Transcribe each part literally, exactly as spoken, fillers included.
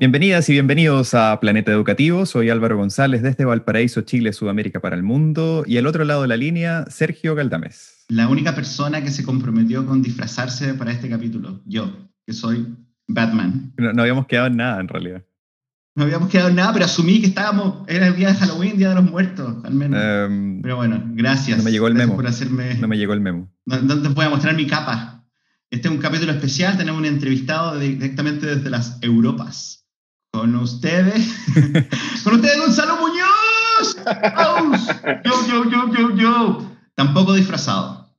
Bienvenidas y bienvenidos a Planeta Educativo. Soy Álvaro González desde Valparaíso, Chile, Sudamérica para el mundo. Y al otro lado de la línea, Sergio Galdames. La única persona que se comprometió con disfrazarse para este capítulo, yo, que soy Batman. No, no habíamos quedado en nada, en realidad. No habíamos quedado en nada, pero asumí que estábamos, era el día de Halloween, Día de los Muertos, al menos. Um, pero bueno, gracias. No me llegó el gracias memo. por hacerme... No me llegó el memo. No, no te voy a mostrar mi capa. Este es un capítulo especial, tenemos un entrevistado directamente desde las Europas. Con ustedes, con ustedes Gonzalo Muñoz. ¡Aus! Yo, yo, yo, yo, yo. Tampoco disfrazado.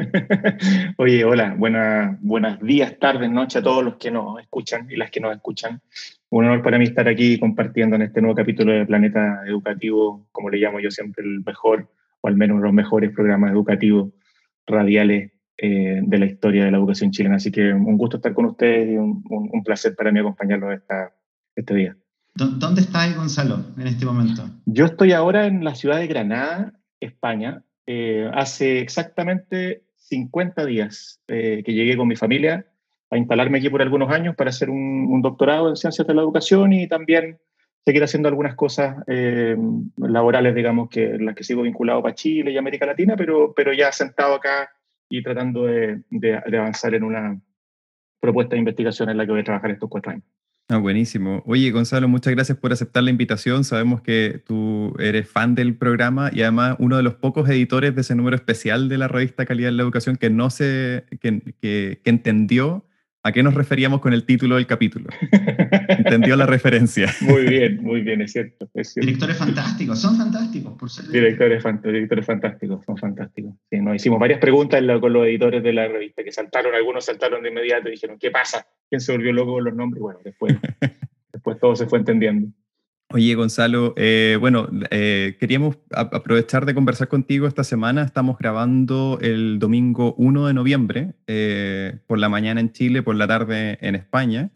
Oye, hola, buena, buenos días, tardes, noches a todos los que nos escuchan y las que nos escuchan. Un honor para mí estar aquí compartiendo en este nuevo capítulo de Planeta Educativo, como le llamo yo siempre, el mejor, o al menos los mejores programas educativos radiales eh, de la historia de la educación chilena. Así que un gusto estar con ustedes y un, un, un placer para mí acompañarlos esta, este día. ¿Dónde estás, Gonzalo, en este momento? Yo estoy ahora en la ciudad de Granada, España. Eh, hace exactamente cincuenta días eh, que llegué con mi familia a instalarme aquí por algunos años para hacer un, un doctorado en Ciencias de la Educación y también seguir haciendo algunas cosas eh, laborales, digamos, que en las que sigo vinculado para Chile y América Latina, pero, pero ya sentado acá y tratando de, de, de avanzar en una propuesta de investigación en la que voy a trabajar estos cuatro años. Ah, buenísimo. Oye, Gonzalo, muchas gracias por aceptar la invitación. Sabemos que tú eres fan del programa y además uno de los pocos editores de ese número especial de la revista Calidad en la Educación que no se, que, que, que entendió a qué nos referíamos con el título del capítulo. Entendió la referencia. Muy bien, muy bien, es cierto, es cierto. Directores fantásticos, son fantásticos por ser directores, fant directores fantásticos, son fantásticos. Sí, nos hicimos varias preguntas con los editores de la revista que saltaron, algunos saltaron de inmediato y dijeron, ¿qué pasa? ¿Quién se volvió loco con los nombres? Y bueno, después, después todo se fue entendiendo. Oye, Gonzalo, eh, bueno, eh, queríamos aprovechar de conversar contigo esta semana. Estamos grabando el domingo uno de noviembre, eh, por la mañana en Chile, por la tarde en España.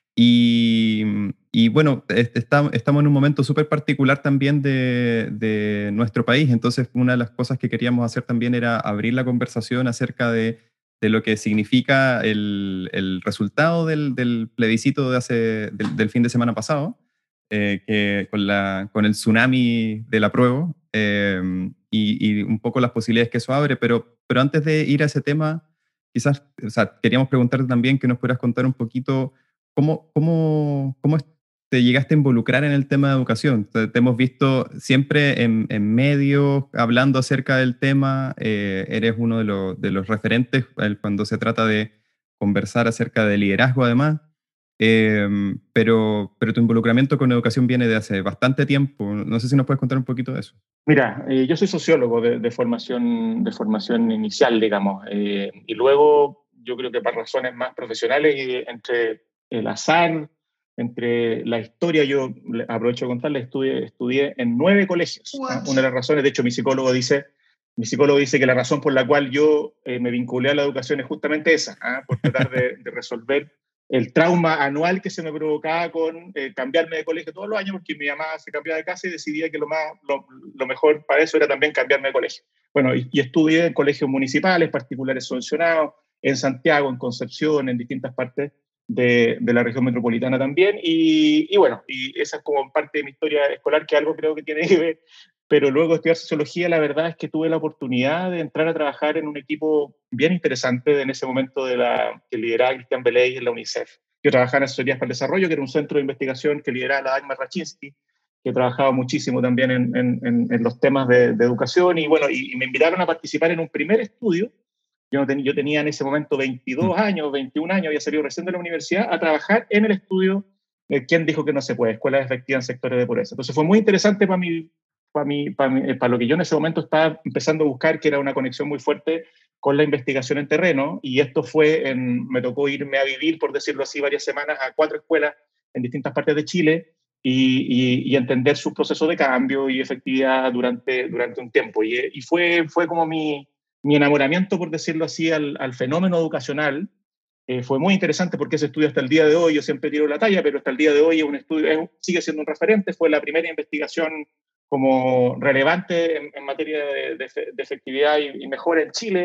Y, y bueno, está, estamos en un momento súper particular también de, de nuestro país. Entonces, una de las cosas que queríamos hacer también era abrir la conversación acerca de, de lo que significa el, el resultado del, del plebiscito de hace, del, del fin de semana pasado. Eh, que con, la, con el tsunami del apruebo eh, y, y un poco las posibilidades que eso abre, pero, pero antes de ir a ese tema, quizás, o sea, queríamos preguntarte también que nos pudieras contar un poquito cómo, cómo, cómo te llegaste a involucrar en el tema de educación. Te, te hemos visto siempre en, en medios hablando acerca del tema, eh, eres uno de, lo, de los referentes cuando se trata de conversar acerca de liderazgo además. Eh, pero, pero tu involucramiento con educación viene de hace bastante tiempo. No sé si nos puedes contar un poquito de eso. Mira, eh, yo soy sociólogo de, de, formación, de formación inicial, digamos, eh, y luego yo creo que por razones más profesionales y entre el azar, entre la historia, yo aprovecho de contarles, estudié, estudié en nueve colegios. ¿no? Una de las razones, de hecho mi psicólogo dice, mi psicólogo dice que la razón por la cual yo eh, me vinculé a la educación es justamente esa, ¿eh? por tratar de, de resolver el trauma anual que se me provocaba con eh, cambiarme de colegio todos los años, porque mi mamá se cambiaba de casa y decidía que lo, más, lo, lo mejor para eso era también cambiarme de colegio. Bueno, y, y estudié en colegios municipales, particulares subvencionados, en Santiago, en Concepción, en distintas partes de, de la región metropolitana también, y, y bueno, y esa es como parte de mi historia escolar, que algo creo que tiene que ver, pero luego de estudiar sociología, la verdad es que tuve la oportunidad de entrar a trabajar en un equipo bien interesante en ese momento de la, que lideraba Cristian Beley en la UNICEF. Yo trabajaba en Asesorías para el Desarrollo, que era un centro de investigación que lideraba la Dagmar Raczynski, que trabajaba muchísimo también en, en, en los temas de, de educación, y bueno, y, y me invitaron a participar en un primer estudio. Yo, no ten, yo tenía en ese momento veintidós años, veintiún años, había salido recién de la universidad, a trabajar en el estudio de ¿Quién dijo que no se puede? Escuelas efectivas en sectores de pobreza. Entonces fue muy interesante para mí, para, mí, para, mí, para lo que yo en ese momento estaba empezando a buscar, que era una conexión muy fuerte con la investigación en terreno, y esto fue, en, me tocó irme a vivir, por decirlo así, varias semanas a cuatro escuelas en distintas partes de Chile y, y, y entender sus procesos de cambio y efectividad durante, durante un tiempo. Y, y fue, fue como mi, mi enamoramiento, por decirlo así, al, al fenómeno educacional. Eh, fue muy interesante porque ese estudio hasta el día de hoy, yo siempre tiro la talla, pero hasta el día de hoy es un estudio, es, sigue siendo un referente, fue la primera investigación como relevante en, en materia de, de, de efectividad y, y mejora en Chile.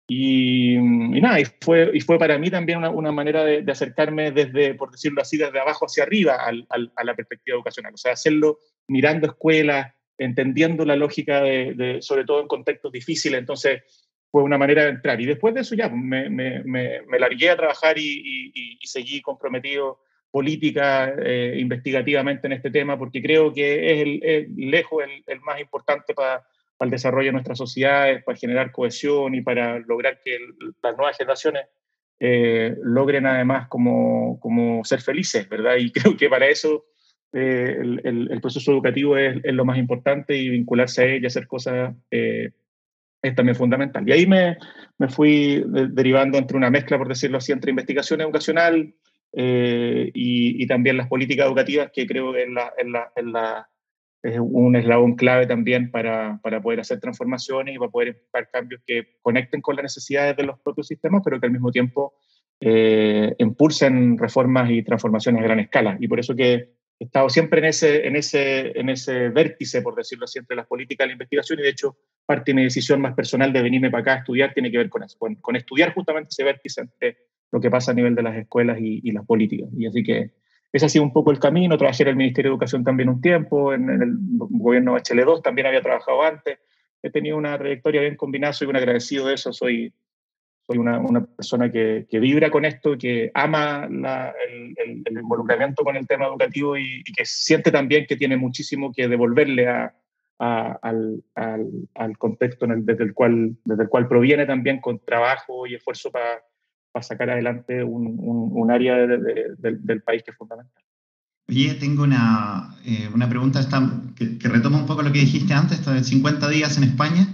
Y, y nada, y fue, y fue para mí también una, una manera de, de acercarme desde, por decirlo así, desde abajo hacia arriba al, al, a la perspectiva educacional. O sea, hacerlo mirando escuelas, entendiendo la lógica, de, de, sobre todo en contextos difíciles. Entonces, fue una manera de entrar. Y después de eso ya me, me, me, me largué a trabajar y, y, y seguí comprometido política, eh, investigativamente en este tema, porque creo que es el, el lejos el, el más importante para para el desarrollo de nuestras sociedades, para generar cohesión y para lograr que el, las nuevas generaciones eh, logren además como, como ser felices, ¿verdad? Y creo que para eso eh, el, el, el proceso educativo es, es lo más importante y vincularse a él y hacer cosas eh, es también fundamental. Y ahí me, me fui de, derivando entre una mezcla, por decirlo así, entre investigación educacional eh, y, y también las políticas educativas, que creo que es la, es la, es la es un eslabón clave también para, para poder hacer transformaciones y para poder impulsar cambios que conecten con las necesidades de los propios sistemas, pero que al mismo tiempo eh, impulsen reformas y transformaciones a gran escala. Y por eso que he estado siempre en ese, en ese, en ese vértice, por decirlo así, entre las políticas y la investigación, y de hecho parte de mi decisión más personal de venirme para acá a estudiar tiene que ver con eso, con, con estudiar justamente ese vértice entre lo que pasa a nivel de las escuelas y, y las políticas. Y así que ese ha sido un poco el camino. Trabajé en el Ministerio de Educación también un tiempo, en, en el gobierno Bachelet dos también había trabajado antes. He tenido una trayectoria bien combinada, soy un agradecido de eso, soy, soy una, una persona que, que vibra con esto, que ama la, el, el, el involucramiento con el tema educativo y, y que siente también que tiene muchísimo que devolverle a, a, al, al, al contexto en el, desde, el cual, desde el cual proviene también con trabajo y esfuerzo para para sacar adelante un, un, un área de, de, de, del país que es fundamental. Oye, tengo una, eh, una pregunta esta, que, que retoma un poco lo que dijiste antes, esto de cincuenta días en España.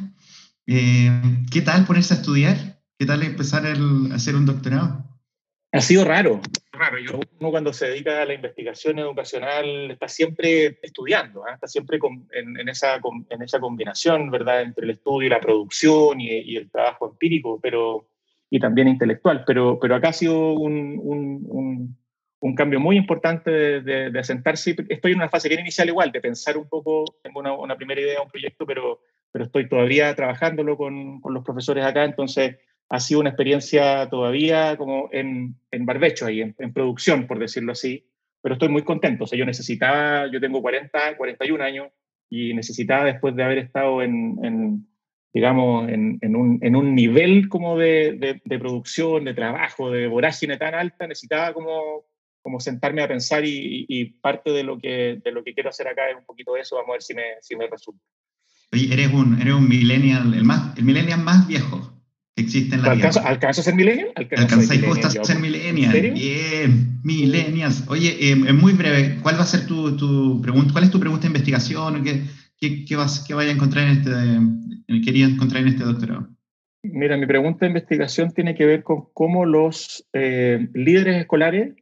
Eh, ¿Qué tal ponerse a estudiar? ¿Qué tal empezar el, a hacer un doctorado? Ha sido raro. Raro. Yo, uno cuando se dedica a la investigación educacional está siempre estudiando, ¿eh? Está siempre con, en, en, esa, en esa combinación, ¿verdad?, entre el estudio y la producción y, y el trabajo empírico, pero y también intelectual, pero, pero acá ha sido un, un, un, un cambio muy importante de, de, de asentarse. Estoy en una fase bien inicial igual, de pensar un poco, tengo una, una primera idea, un proyecto, pero, pero estoy todavía trabajándolo con, con los profesores acá, entonces ha sido una experiencia todavía como en, en barbecho ahí, en, en producción, por decirlo así, pero estoy muy contento. O sea, yo necesitaba, yo tengo cuarenta, cuarenta y un años y necesitaba, después de haber estado en, en digamos, en, en, un, en un nivel como de, de, de producción, de trabajo, de vorágine tan alta, necesitaba como, como sentarme a pensar y, y parte de lo, que, de lo que quiero hacer acá es un poquito de eso, vamos a ver si me, si me resulta. Oye, eres un, eres un millennial, el, más, el millennial más viejo que existe en la ¿Alcanzo, Tierra. ¿Alcanzo a ser millennial? Alcanzo Alcanzáis justo a ser millennial. ¿En serio? Bien, millennials. Oye, eh, es muy breve, ¿cuál va a ser tu, tu pregunta? ¿Cuál es tu pregunta de investigación? ¿Qué, qué, qué, vas, qué vaya a encontrar en este, quería encontrar en este doctorado? Mira, mi pregunta de investigación tiene que ver con cómo los eh, líderes escolares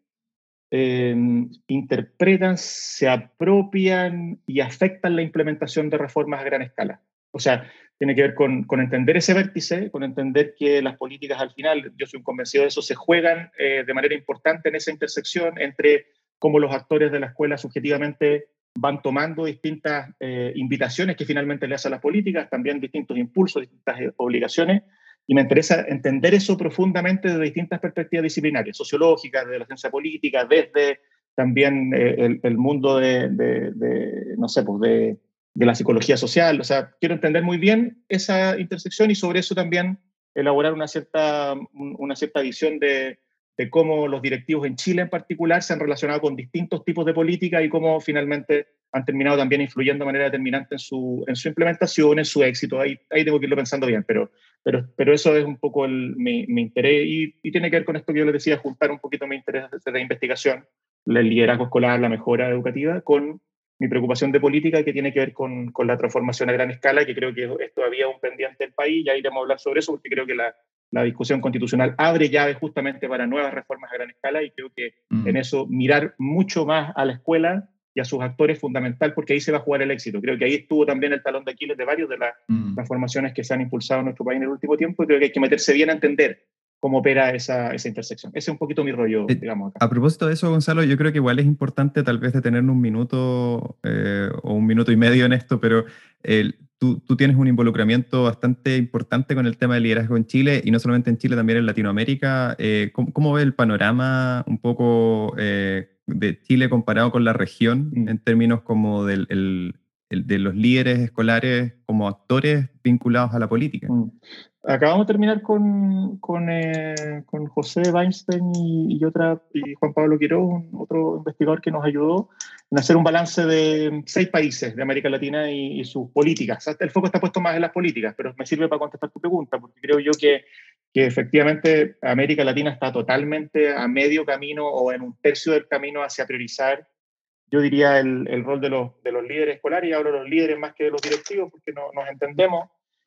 eh, interpretan, se apropian y afectan la implementación de reformas a gran escala. O sea, tiene que ver con, con entender ese vértice, con entender que las políticas al final, yo soy un convencido de eso, se juegan eh, de manera importante en esa intersección entre cómo los actores de la escuela subjetivamente van tomando distintas eh, invitaciones que finalmente le hacen las políticas, también distintos impulsos, distintas eh, obligaciones, y me interesa entender eso profundamente desde distintas perspectivas disciplinarias, sociológicas, de la ciencia política, desde también eh, el, el mundo de, de, de, no sé, pues de, de la psicología social. O sea, quiero entender muy bien esa intersección y sobre eso también elaborar una cierta, una cierta visión de, de cómo los directivos en Chile en particular se han relacionado con distintos tipos de política y cómo finalmente han terminado también influyendo de manera determinante en su, en su implementación, en su éxito. Ahí, ahí tengo que irlo pensando bien, pero, pero, pero eso es un poco el, mi, mi interés y, y tiene que ver con esto que yo les decía, juntar un poquito mi interés de la investigación, el liderazgo escolar, la mejora educativa, con mi preocupación de política que tiene que ver con, con la transformación a gran escala, que creo que es todavía un pendiente del país. Ya iremos a hablar sobre eso, porque creo que la, la discusión constitucional abre llaves justamente para nuevas reformas a gran escala y creo que mm. en eso mirar mucho más a la escuela y a sus actores es fundamental, porque ahí se va a jugar el éxito. Creo que ahí estuvo también el talón de Aquiles de varios de las mm. transformaciones que se han impulsado en nuestro país en el último tiempo, y creo que hay que meterse bien a entender cómo opera esa, esa intersección. Ese es un poquito mi rollo, eh, digamos, acá. A propósito de eso, Gonzalo, yo creo que igual es importante tal vez detener un minuto eh, o un minuto y medio en esto, pero eh, tú, tú tienes un involucramiento bastante importante con el tema del liderazgo en Chile, y no solamente en Chile, también en Latinoamérica. Eh, ¿cómo, cómo ves el panorama un poco eh, de Chile comparado con la región Mm. en términos como del, el, el, de los líderes escolares como actores vinculados a la política? Mm. Acabamos de terminar con, con, eh, con José Weinstein y, y, otra, y Juan Pablo Quiroz, otro investigador que nos ayudó en hacer un balance de seis países de América Latina y, y sus políticas. El foco está puesto más en las políticas, pero me sirve para contestar tu pregunta, porque creo yo que, que efectivamente América Latina está totalmente a medio camino o en un tercio del camino hacia priorizar, yo diría, el, el rol de los, de los líderes escolares, y hablo de los líderes más que de los directivos, porque no, nos entendemos.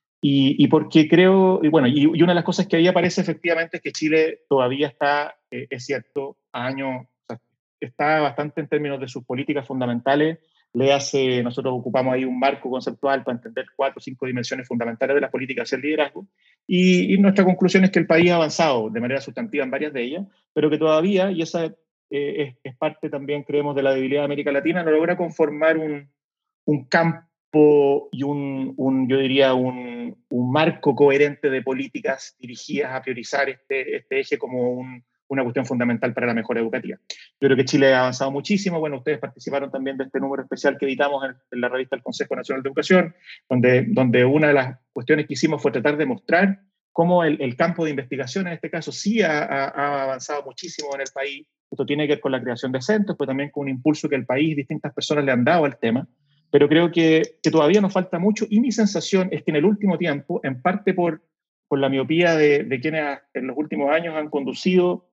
Y, y porque creo, y bueno, y, y una de las cosas que ahí aparece efectivamente es que Chile todavía está, eh, es cierto, a años, o sea, está bastante en términos de sus políticas fundamentales. Le hace, nosotros ocupamos ahí un marco conceptual para entender cuatro o cinco dimensiones fundamentales de las políticas hacia el liderazgo. Y, y nuestra conclusión es que el país ha avanzado de manera sustantiva en varias de ellas, pero que todavía, y esa eh, es, es parte también, creemos, de la debilidad de América Latina, no logra conformar un, un campo y un, un yo diría, un, un marco coherente de políticas dirigidas a priorizar este, este eje como un, una cuestión fundamental para la mejora educativa. Yo creo que Chile ha avanzado muchísimo. Bueno, ustedes participaron también de este número especial que editamos en, en la revista del Consejo Nacional de Educación, donde, donde una de las cuestiones que hicimos fue tratar de mostrar cómo el, el campo de investigación, en este caso, sí ha, ha, ha avanzado muchísimo en el país. Esto tiene que ver con la creación de centros, pero también con un impulso que el país y distintas personas le han dado al tema. Pero creo que, que todavía nos falta mucho, y mi sensación es que en el último tiempo, en parte por, por la miopía de, de quienes en los últimos años han conducido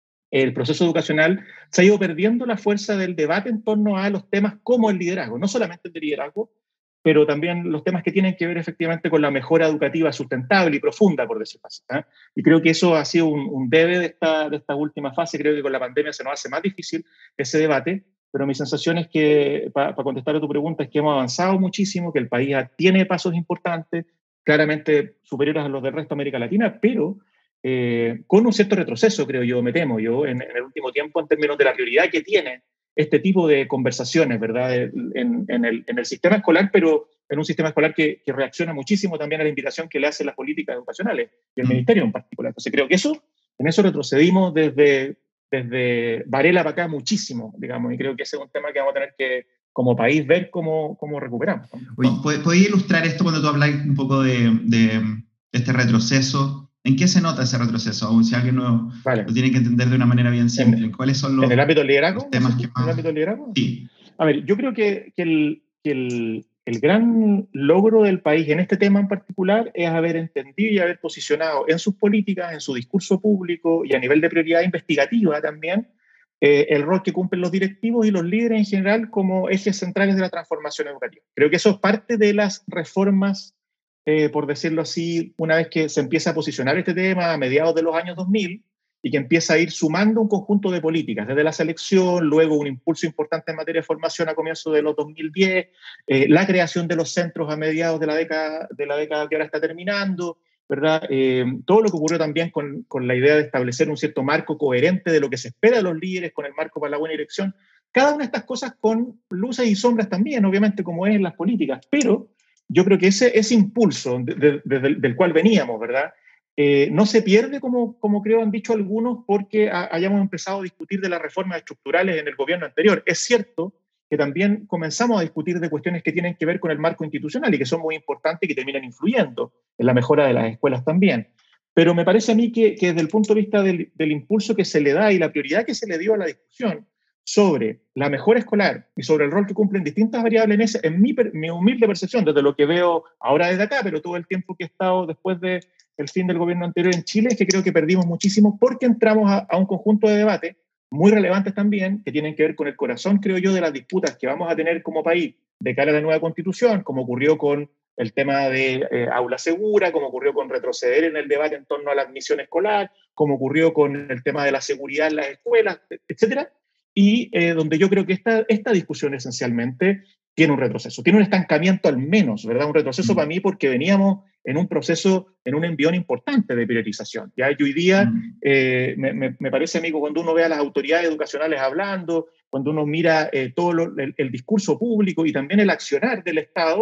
el proceso educacional, se ha ido perdiendo la fuerza del debate en torno a los temas como el liderazgo, no solamente el de liderazgo, pero también los temas que tienen que ver efectivamente con la mejora educativa sustentable y profunda, por decirlo así, ¿eh? Y creo que eso ha sido un, un debe de esta, de esta última fase. Creo que con la pandemia se nos hace más difícil ese debate, pero mi sensación es que, para pa contestar a tu pregunta, es que hemos avanzado muchísimo, que el país tiene pasos importantes, claramente superiores a los del resto de América Latina, pero eh, con un cierto retroceso, creo yo, me temo yo, en, en el último tiempo, en términos de la prioridad que tiene este tipo de conversaciones, ¿verdad?, en, en, el, en el sistema escolar, pero en un sistema escolar que, que reacciona muchísimo también a la invitación que le hacen las políticas educacionales y el mm. ministerio en particular. Entonces creo que eso, en eso retrocedimos desde... desde Varela para acá muchísimo, digamos, y creo que ese es un tema que vamos a tener que, como país, ver cómo, cómo recuperamos. ¿Puedes ilustrar esto cuando tú hablas un poco de, de este retroceso? ¿En qué se nota ese retroceso? Aún si alguien no vale. lo tiene que entender de una manera bien simple. En, ¿Cuáles son los, ¿En el ámbito del liderazgo, los temas que más... ¿En el ámbito del liderazgo? Sí. A ver, yo creo que, que, el, que el, el gran logro del país en este tema en particular es haber entendido y haber posicionado en sus políticas, en su discurso público y a nivel de prioridad investigativa también, eh, el rol que cumplen los directivos y los líderes en general como ejes centrales de la transformación educativa. Creo que eso es parte de las reformas, eh, por decirlo así, una vez que se empieza a posicionar este tema a mediados de los años dos mil, y que empieza a ir sumando un conjunto de políticas, desde la selección, luego un impulso importante en materia de formación a comienzos de los dos mil diez, eh, la creación de los centros a mediados de la década, de la década que ahora está terminando, ¿verdad? Eh, todo lo que ocurrió también con, con la idea de establecer un cierto marco coherente de lo que se espera de los líderes, con el marco para la buena dirección. Cada una de estas cosas con luces y sombras también, obviamente, como es en las políticas, pero yo creo que ese, ese impulso de, de, de, del, del cual veníamos, ¿verdad?, Eh, no se pierde, como, como creo han dicho algunos, porque ha, hayamos empezado a discutir de las reformas estructurales en el gobierno anterior. Es cierto que también comenzamos a discutir de cuestiones que tienen que ver con el marco institucional y que son muy importantes y que terminan influyendo en la mejora de las escuelas también. Pero me parece a mí que, que desde el punto de vista del, del impulso que se le da y la prioridad que se le dio a la discusión sobre la mejora escolar y sobre el rol que cumplen distintas variables en ese, en mi, mi humilde percepción, desde lo que veo ahora desde acá, pero todo el tiempo que he estado después de el fin del gobierno anterior en Chile, es que creo que perdimos muchísimo porque entramos a, a un conjunto de debates muy relevantes también, que tienen que ver con el corazón, creo yo, de las disputas que vamos a tener como país de cara a la nueva constitución, como ocurrió con el tema de eh, aula segura, como ocurrió con retroceder en el debate en torno a la admisión escolar, como ocurrió con el tema de la seguridad en las escuelas, etcétera, y eh, donde yo creo que esta, esta discusión esencialmente tiene un retroceso, tiene un estancamiento al menos, ¿verdad? Un retroceso mm. para mí porque veníamos en un proceso, en un envión importante de priorización. ¿Ya? Y hoy día mm. eh, me, me, me parece, amigo, cuando uno ve a las autoridades educacionales hablando, cuando uno mira eh, todo lo, el, el discurso público y también el accionar del Estado,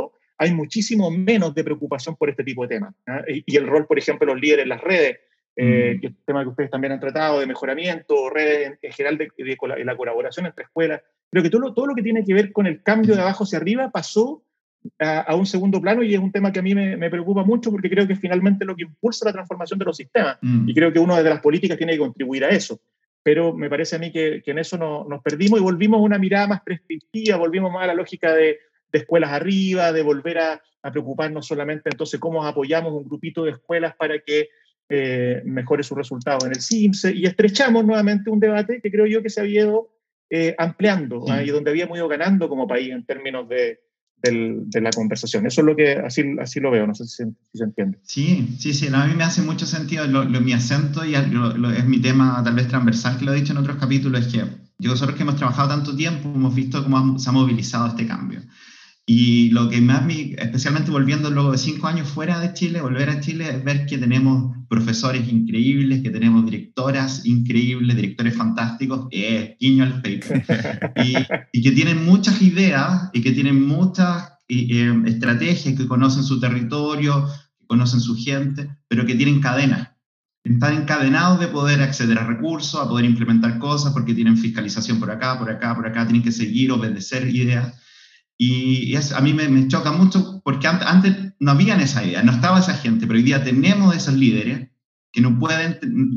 hay muchísimo menos de preocupación por este tipo de temas. ¿eh? Y, y el rol, por ejemplo, de los líderes en las redes, eh, mm. que es un tema que ustedes también han tratado, de mejoramiento, redes en, en general, de, de, de la colaboración entre escuelas. Creo que todo lo, todo lo que tiene que ver con el cambio de abajo hacia arriba pasó a, a un segundo plano, y es un tema que a mí me, me preocupa mucho, porque creo que es finalmente lo que impulsa la transformación de los sistemas. Mm. Y creo que uno desde las políticas tiene que contribuir a eso. Pero me parece a mí que, que en eso no, nos perdimos y volvimos a una mirada más prescriptiva, volvimos más a la lógica de, de escuelas arriba, de volver a, a preocuparnos solamente entonces cómo apoyamos un grupito de escuelas para que eh, mejore sus resultados en el CIMSE, y estrechamos nuevamente un debate que creo yo que se había ido eh, ampliando, sí. ¿eh? Y donde habíamos ido ganando como país en términos de, del, de la conversación. Eso es lo que, así, así lo veo, no sé si se, si se entiende. Sí, sí, sí, a mí me hace mucho sentido lo, lo, mi acento, y lo, lo, es mi tema tal vez transversal, que lo he dicho en otros capítulos, es que nosotros que hemos trabajado tanto tiempo hemos visto cómo se ha movilizado este cambio. Y lo que más, me, especialmente volviendo luego de cinco años fuera de Chile, volver a Chile, es ver que tenemos profesores increíbles, que tenemos directoras increíbles, directores fantásticos, eh, guiño al paper, y, y que tienen muchas ideas y que tienen muchas eh, estrategias, que conocen su territorio, que conocen su gente, pero que tienen cadenas. Están encadenados de poder acceder a recursos, a poder implementar cosas, porque tienen fiscalización por acá, por acá, por acá, tienen que seguir, obedecer ideas. Y es, a mí me, me choca mucho, porque antes, antes no habían esa idea, no estaba esa gente, pero hoy día tenemos esos líderes que no pueden,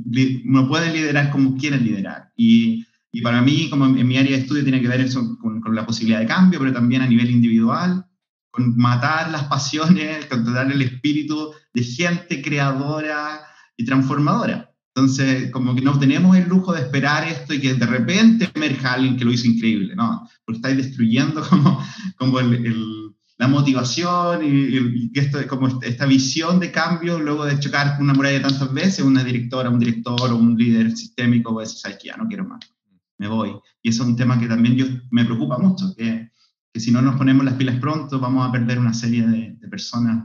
no pueden liderar como quieren liderar. Y, y para mí, como en, en mi área de estudio, tiene que ver eso con, con la posibilidad de cambio, pero también a nivel individual, con matar las pasiones, con darle el espíritu de gente creadora y transformadora. Entonces, como que no tenemos el lujo de esperar esto y que de repente emerja alguien que lo hizo increíble, ¿no? Porque estáis destruyendo como, como el, el, la motivación y, y esto, como esta visión de cambio, luego de chocar una muralla tantas veces, una directora, un director o un líder sistémico puede decir, ¿sabes qué? Ya no quiero más, me voy. Y eso es un tema que también yo, me preocupa mucho, que, que si no nos ponemos las pilas pronto, vamos a perder una serie de, de personas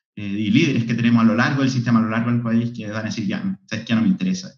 y líderes que tenemos a lo largo del sistema, a lo largo del país, que van a decir, ya, ¿sabes qué? No me interesa.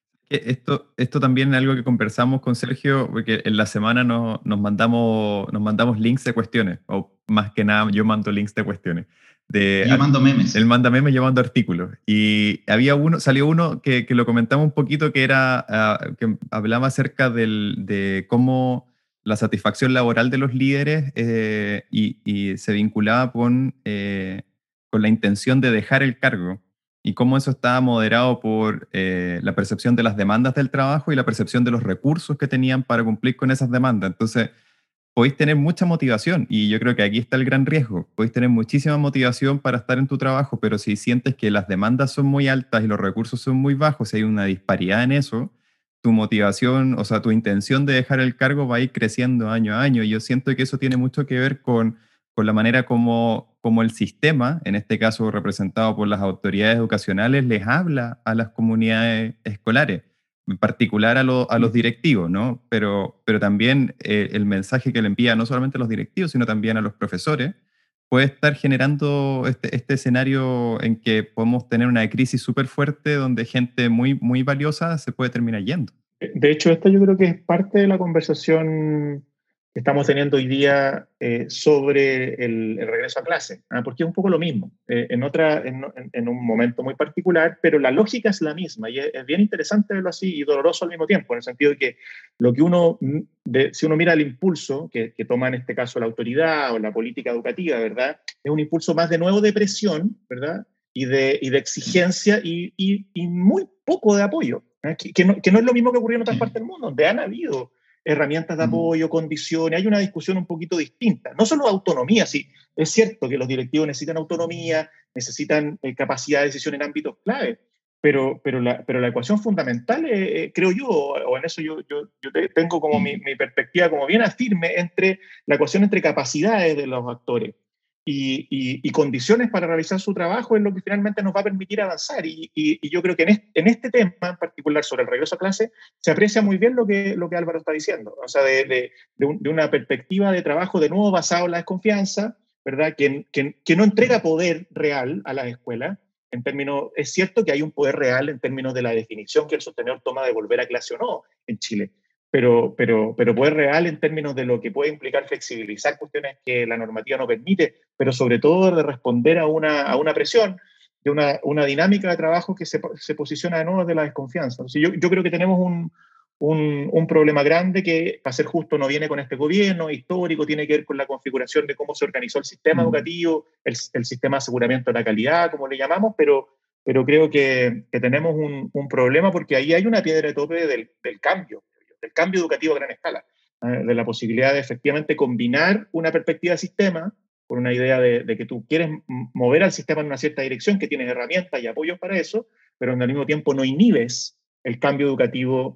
Esto, esto también es algo que conversamos con Sergio, porque en la semana nos, nos, mandamos, nos mandamos links de cuestiones, o más que nada yo mando links de cuestiones. De, yo mando memes. Él manda memes, yo mando artículos. Y había uno, salió uno que, que lo comentamos un poquito, que era, uh, que hablaba acerca del, de cómo la satisfacción laboral de los líderes eh, y, y se vinculaba con... Eh, con la intención de dejar el cargo, y cómo eso estaba moderado por eh, la percepción de las demandas del trabajo y la percepción de los recursos que tenían para cumplir con esas demandas. Entonces, podéis tener mucha motivación, y yo creo que aquí está el gran riesgo. Podéis tener muchísima motivación para estar en tu trabajo, pero si sientes que las demandas son muy altas y los recursos son muy bajos, si hay una disparidad en eso, tu motivación, o sea, tu intención de dejar el cargo va a ir creciendo año a año. Y yo siento que eso tiene mucho que ver con con la manera como, como el sistema, en este caso representado por las autoridades educacionales, les habla a las comunidades escolares, en particular a, lo, a los directivos, ¿no? Pero, pero también eh, el mensaje que le envía no solamente a los directivos, sino también a los profesores, puede estar generando este, este escenario en que podemos tener una crisis súper fuerte donde gente muy, muy valiosa se puede terminar yendo. De hecho, esto yo creo que es parte de la conversación que estamos teniendo hoy día eh, sobre el, el regreso a clase, ¿eh? Porque es un poco lo mismo, eh, en, otra, en, en un momento muy particular, pero la lógica es la misma, y es, es bien interesante verlo así y doloroso al mismo tiempo, en el sentido de que lo que uno, de, si uno mira el impulso que, que toma en este caso la autoridad o la política educativa, ¿verdad? Es un impulso más de nuevo de presión, ¿verdad? Y de, y de exigencia y, y, y muy poco de apoyo, ¿eh? que, que, no, que no es lo mismo que ocurrió en otras partes del mundo, donde han habido herramientas de apoyo, condiciones, hay una discusión un poquito distinta. No solo autonomía, sí, es cierto que los directivos necesitan autonomía, necesitan eh, capacidad de decisión en ámbitos clave, pero, pero, la, pero la ecuación fundamental, eh, eh, creo yo, o en eso yo, yo, yo tengo como mi, mi perspectiva como bien firme, entre la ecuación entre capacidades de los actores y, y, y condiciones para realizar su trabajo es lo que finalmente nos va a permitir avanzar. Y, y, y yo creo que en este, en este tema en particular, sobre el regreso a clase, se aprecia muy bien lo que, lo que Álvaro está diciendo, o sea, de, de, de, un, de una perspectiva de trabajo de nuevo basado en la desconfianza, ¿verdad? Que, que, que no entrega poder real a las escuelas. En términos, es cierto que hay un poder real en términos de la definición que el sostenedor toma de volver a clase o no en Chile, pero, pero, pero puede ser real en términos de lo que puede implicar flexibilizar cuestiones que la normativa no permite, pero sobre todo de responder a una, a una presión, de una, una dinámica de trabajo que se, se posiciona de nuevo desde la desconfianza. O sea, yo, yo creo que tenemos un, un, un problema grande que, para ser justo, no viene con este gobierno, histórico, tiene que ver con la configuración de cómo se organizó el sistema mm. educativo, el, el sistema de aseguramiento de la calidad, como le llamamos, pero, pero creo que, que tenemos un, un problema porque ahí hay una piedra de tope del, del cambio, del cambio educativo a gran escala, ¿eh? De la posibilidad de efectivamente combinar una perspectiva de sistema con una idea de, de que tú quieres mover al sistema en una cierta dirección, que tienes herramientas y apoyos para eso, pero al mismo tiempo no inhibes el cambio educativo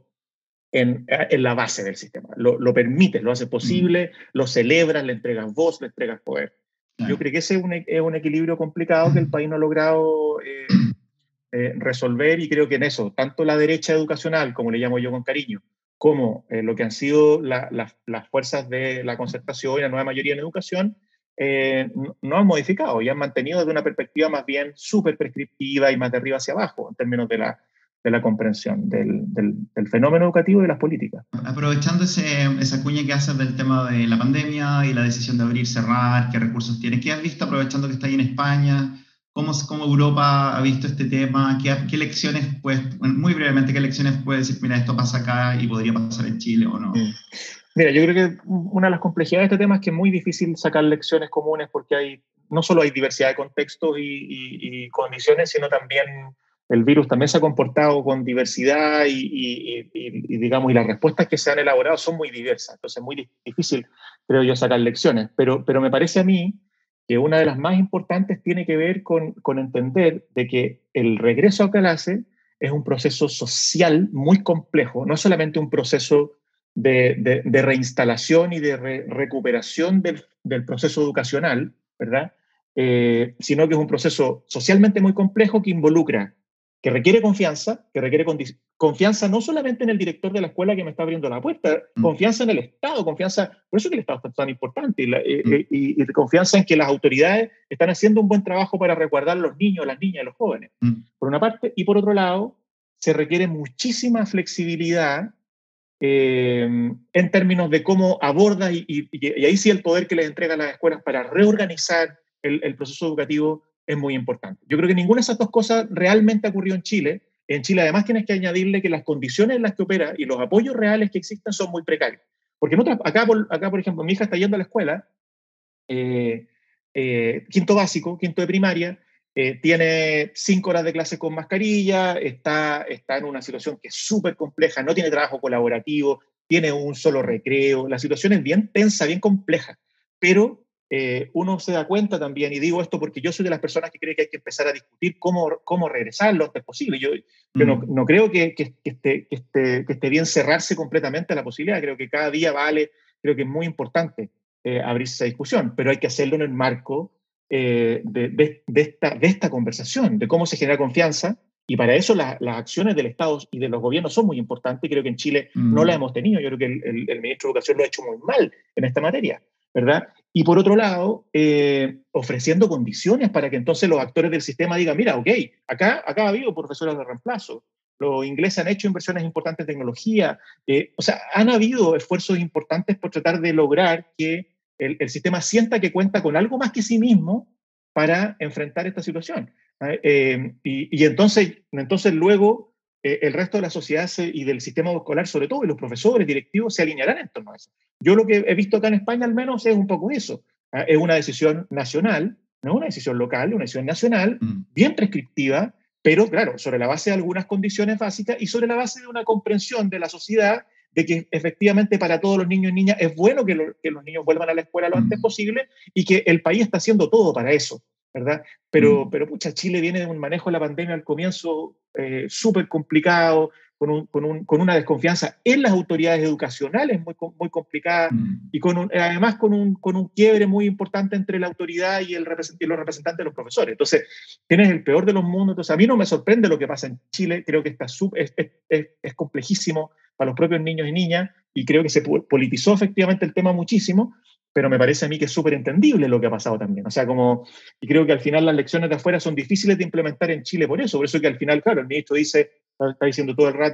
en, en la base del sistema. Lo, lo permites, lo haces posible, mm. lo celebras, le entregas voz, le entregas poder. Claro. Yo creo que ese es un, es un equilibrio complicado que el país no ha logrado eh, eh, resolver, y creo que en eso, tanto la derecha educacional, como le llamo yo con cariño, como eh, lo que han sido la, la, las fuerzas de la concertación y la nueva mayoría en educación, eh, no, no han modificado y han mantenido desde una perspectiva más bien súper prescriptiva y más de arriba hacia abajo, en términos de la, de la comprensión del, del, del fenómeno educativo y de las políticas. Aprovechando ese, esa cuña que haces del tema de la pandemia y la decisión de abrir, cerrar, qué recursos tienes, ¿qué has visto aprovechando que estás ahí en España? ¿Cómo, cómo Europa ha visto este tema? ¿Qué, qué lecciones, pues, muy brevemente, qué lecciones puede decir, mira, esto pasa acá y podría pasar en Chile o no? Mira, yo creo que una de las complejidades de este tema es que es muy difícil sacar lecciones comunes porque hay, no solo hay diversidad de contextos y, y, y condiciones, sino también el virus también se ha comportado con diversidad y, y, y, y, digamos, y las respuestas que se han elaborado son muy diversas. Entonces es muy difícil, creo yo, sacar lecciones. Pero, pero me parece a mí que una de las más importantes tiene que ver con, con entender de que el regreso a clase es un proceso social muy complejo, no solamente un proceso de, de, de reinstalación y de re, recuperación del, del proceso educacional, ¿verdad? Eh, sino que es un proceso socialmente muy complejo que involucra, que requiere confianza, que requiere confianza no solamente en el director de la escuela que me está abriendo la puerta, mm. confianza en el Estado, confianza, por eso que el Estado es tan importante, y, la, mm. eh, y, y confianza en que las autoridades están haciendo un buen trabajo para resguardar a los niños, las niñas y los jóvenes, mm. por una parte, y por otro lado, se requiere muchísima flexibilidad eh, en términos de cómo aborda, y, y, y ahí sí el poder que les entrega a las escuelas para reorganizar el, el proceso educativo es muy importante. Yo creo que ninguna de esas dos cosas realmente ocurrió en Chile. En Chile además tienes que añadirle que las condiciones en las que opera y los apoyos reales que existen son muy precarios. Porque en otras, acá, por, acá, por ejemplo, mi hija está yendo a la escuela, eh, eh, quinto básico, quinto de primaria, eh, tiene cinco horas de clase con mascarilla, está, está en una situación que es súper compleja, no tiene trabajo colaborativo, tiene un solo recreo, la situación es bien tensa, bien compleja, pero Eh, uno se da cuenta también, y digo esto porque yo soy de las personas que cree que hay que empezar a discutir cómo, cómo regresar lo antes posible. Yo, mm. yo no, no creo que, que, que, esté, que, esté, que esté bien cerrarse completamente a la posibilidad, creo que cada día vale, creo que es muy importante eh, abrirse esa discusión, pero hay que hacerlo en el marco eh, de, de, de, esta, de esta conversación, de cómo se genera confianza, y para eso la, las acciones del Estado y de los gobiernos son muy importantes, y creo que en Chile mm. no las hemos tenido. Yo creo que el, el, el ministro de Educación lo ha hecho muy mal en esta materia, ¿verdad? Y por otro lado, eh, ofreciendo condiciones para que entonces los actores del sistema digan, mira, ok, acá, acá ha habido profesores de reemplazo, los ingleses han hecho inversiones importantes en tecnología, eh, o sea, han habido esfuerzos importantes por tratar de lograr que el, el sistema sienta que cuenta con algo más que sí mismo para enfrentar esta situación. Eh, y, y entonces, entonces luego eh, el resto de la sociedad se, y del sistema escolar sobre todo, y los profesores, directivos, se alinearán en torno a eso. Yo lo que he visto acá en España al menos es un poco eso. ¿eh? Es una decisión nacional, no es una decisión local, es una decisión nacional, mm. bien prescriptiva, pero claro, sobre la base de algunas condiciones básicas y sobre la base de una comprensión de la sociedad de que efectivamente para todos los niños y niñas es bueno que, lo, que los niños vuelvan a la escuela lo antes posible, y que el país está haciendo todo para eso, ¿verdad? Pero, mm. pero pucha, Chile viene de un manejo de la pandemia al comienzo eh, súper complicado, con, un, con, un, con una desconfianza en las autoridades educacionales muy, muy complicada, mm. y con un, además con un, con un quiebre muy importante entre la autoridad y, el represent, y los representantes de los profesores. Entonces, tienes el peor de los mundos. Entonces, a mí no me sorprende lo que pasa en Chile, creo que está sub, es, es, es, es complejísimo para los propios niños y niñas, y creo que se politizó efectivamente el tema muchísimo, pero me parece a mí que es súper entendible lo que ha pasado también. O sea, como, y creo que al final las lecciones de afuera son difíciles de implementar en Chile por eso, por eso que al final, claro, el ministro dice, está diciendo todo el rato,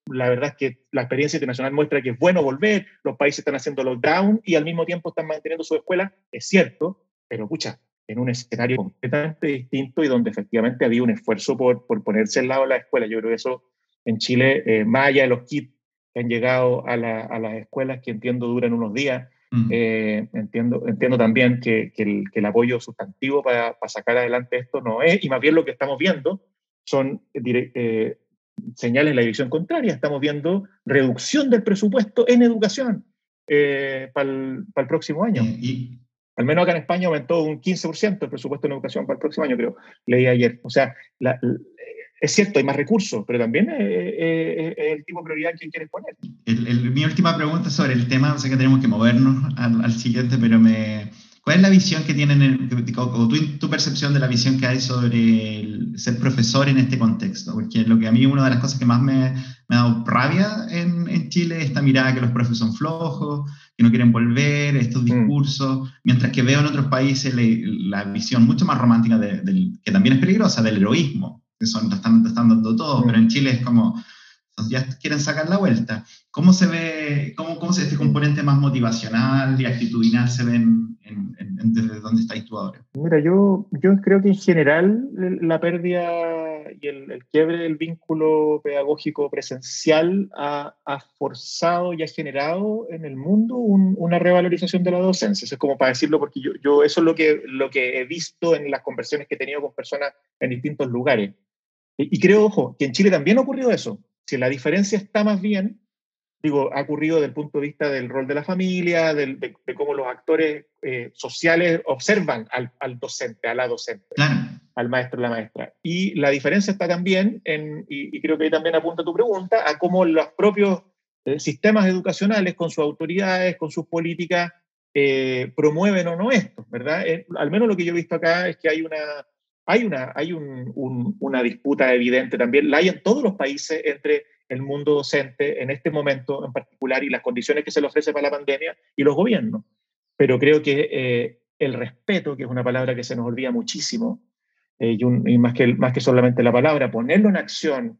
la verdad es que la experiencia internacional muestra que es bueno volver, los países están haciendo lockdown y al mismo tiempo están manteniendo su escuela, es cierto, pero pucha, en un escenario completamente distinto y donde efectivamente había un esfuerzo por, por ponerse al lado de la escuela. Yo creo que eso en Chile, eh, más allá de los kits que han llegado a, la, a las escuelas, que entiendo duran unos días, mm. eh, entiendo, entiendo también que, que, el, que el apoyo sustantivo para, para sacar adelante esto no es, y más bien lo que estamos viendo son eh, señales en la dirección contraria. Estamos viendo reducción del presupuesto en educación eh, para el próximo año. Eh, y... Al menos acá en España aumentó un quince por ciento el presupuesto en educación para el próximo año, creo. Leí ayer. O sea, la, la, es cierto, hay más recursos, pero también es, es, es el tipo de prioridad que quieres poner. El, el, mi última pregunta sobre el tema, sé que tenemos que movernos al, al siguiente, pero me... ¿Cuál es la visión que tienen, el, o tu, tu percepción de la visión que hay sobre el ser profesor en este contexto? Porque lo que a mí, una de las cosas que más me, me ha dado rabia en, en Chile es esta mirada que los profes son flojos, que no quieren volver, estos discursos, mm. mientras que veo en otros países le, la visión mucho más romántica, de, de, que también es peligrosa, del heroísmo, que son, lo están, lo están dando todo, mm. pero en Chile es como... ya quieren sacar la vuelta. ¿Cómo se ve, cómo, cómo se, este componente más motivacional y actitudinal se ve en, en, en, desde donde estáis tú ahora? Mira, yo, yo creo que en general la pérdida y el, el quiebre del vínculo pedagógico presencial ha, ha forzado y ha generado en el mundo un, una revalorización de la docencia. Eso es como para decirlo, porque yo, yo eso es lo que, lo que he visto en las conversaciones que he tenido con personas en distintos lugares. Y, y creo, ojo, que en Chile también ha ocurrido eso. Si la diferencia está más bien, digo, ha ocurrido desde el punto de vista del rol de la familia, del, de, de cómo los actores eh, sociales observan al, al docente, a la docente, claro. al maestro, a la maestra. Y la diferencia está también, en, y, y creo que ahí también apunta tu pregunta, a cómo los propios eh, sistemas educacionales, con sus autoridades, con sus políticas, eh, promueven o no esto, ¿verdad? Eh, al menos lo que yo he visto acá es que hay una... Hay, una, hay un, un, una disputa evidente también, la hay en todos los países entre el mundo docente en este momento en particular y las condiciones que se le ofrece para la pandemia y los gobiernos. Pero creo que eh, el respeto, que es una palabra que se nos olvida muchísimo, eh, y, un, y más, que, más que solamente la palabra, ponerlo en acción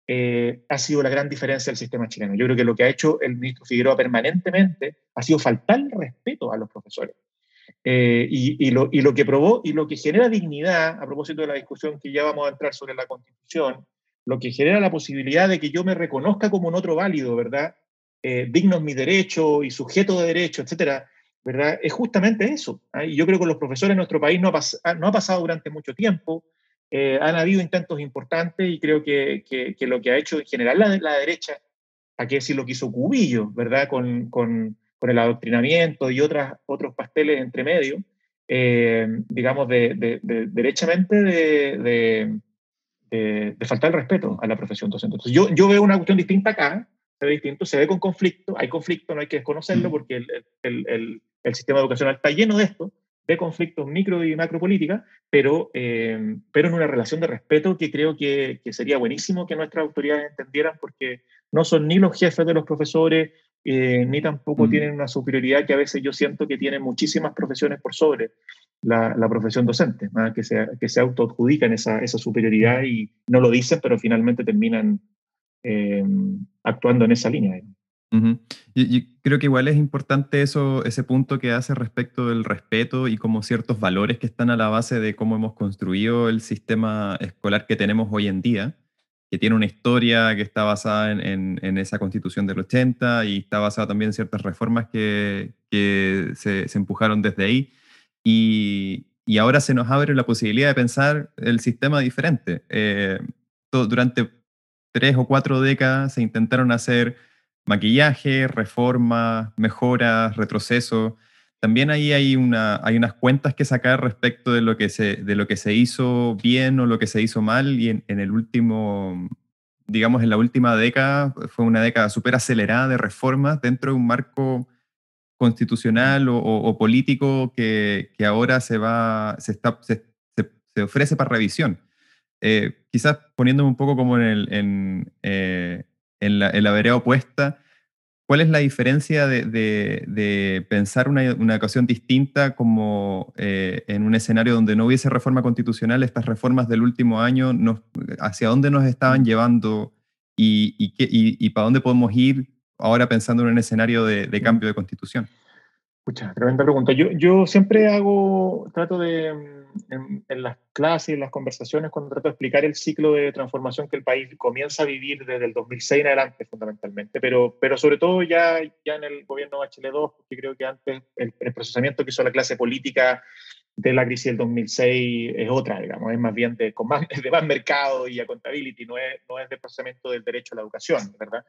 eh, ha sido la gran diferencia del sistema chileno. Yo creo que lo que ha hecho el ministro Figueroa permanentemente ha sido faltar el respeto a los profesores. Eh, y, y, lo, y lo que probó y lo que genera dignidad, a propósito de la discusión que ya vamos a entrar sobre la Constitución, lo que genera la posibilidad de que yo me reconozca como un otro válido, ¿verdad? Eh, dignos mis derechos y sujeto de derechos, etcétera, ¿verdad? Es justamente eso. ¿eh? Y yo creo que los profesores en nuestro país no ha, pas no ha pasado durante mucho tiempo. Eh, han habido intentos importantes y creo que, que, que lo que ha hecho en general la, la derecha, a qué decir lo que hizo Cubillo, ¿verdad? Con... con con el adoctrinamiento y otras, otros pasteles entre medio, eh, digamos, de, de, de, derechamente de, de, de, de faltar el respeto a la profesión docente. Entonces, yo, yo veo una cuestión distinta acá, se ve distinto, se ve con conflicto, hay conflicto, no hay que desconocerlo, porque el, el, el, el sistema educacional está lleno de esto, de conflictos micro y macropolítica, pero, eh, pero en una relación de respeto que creo que, que sería buenísimo que nuestras autoridades entendieran, porque no son ni los jefes de los profesores, Eh, ni tampoco mm. tienen una superioridad que a veces yo siento que tienen muchísimas profesiones por sobre la, la profesión docente, ¿no? que, se, que se autoadjudican esa, esa superioridad y no lo dicen, pero finalmente terminan eh, actuando en esa línea. Uh-huh. y, y creo que igual es importante eso, ese punto que hace respecto del respeto y como ciertos valores que están a la base de cómo hemos construido el sistema escolar que tenemos hoy en día, que tiene una historia que está basada en, en, en esa Constitución del ochenta y está basada también en ciertas reformas que, que se, se empujaron desde ahí. Y, y ahora se nos abre la posibilidad de pensar el sistema diferente. Eh, todo, durante tres o cuatro décadas se intentaron hacer maquillaje, reformas, mejoras, retrocesos. También ahí hay, una, hay unas cuentas que sacar respecto de lo que se, de lo que se hizo bien o lo que se hizo mal, y en, en el último, digamos, en la última década fue una década súper acelerada de reformas dentro de un marco constitucional o, o, o político que, que ahora se, va, se, está, se, se, se ofrece para revisión. Eh, quizás poniéndome un poco como en, el, en, eh, en, la, en la vereda opuesta, ¿cuál es la diferencia de, de, de pensar una, una educación distinta como eh, en un escenario donde no hubiese reforma constitucional, estas reformas del último año, nos, hacia dónde nos estaban llevando y, y, qué- y, y para dónde podemos ir ahora pensando en un escenario de, de cambio de constitución. Escucha, tremenda pregunta. Yo, yo siempre hago, trato de, mm, en, en las clases, en las conversaciones, cuando trato de explicar el ciclo de transformación que el país comienza a vivir desde el dos mil seis en adelante, fundamentalmente, pero, pero sobre todo ya, ya en el gobierno Bachelet dos, porque creo que antes el, el procesamiento que hizo la clase política de la crisis del dos mil seis es otra, digamos, es más bien de, con más, de más mercado y accountability, no es, no es de procesamiento del derecho a la educación, ¿verdad?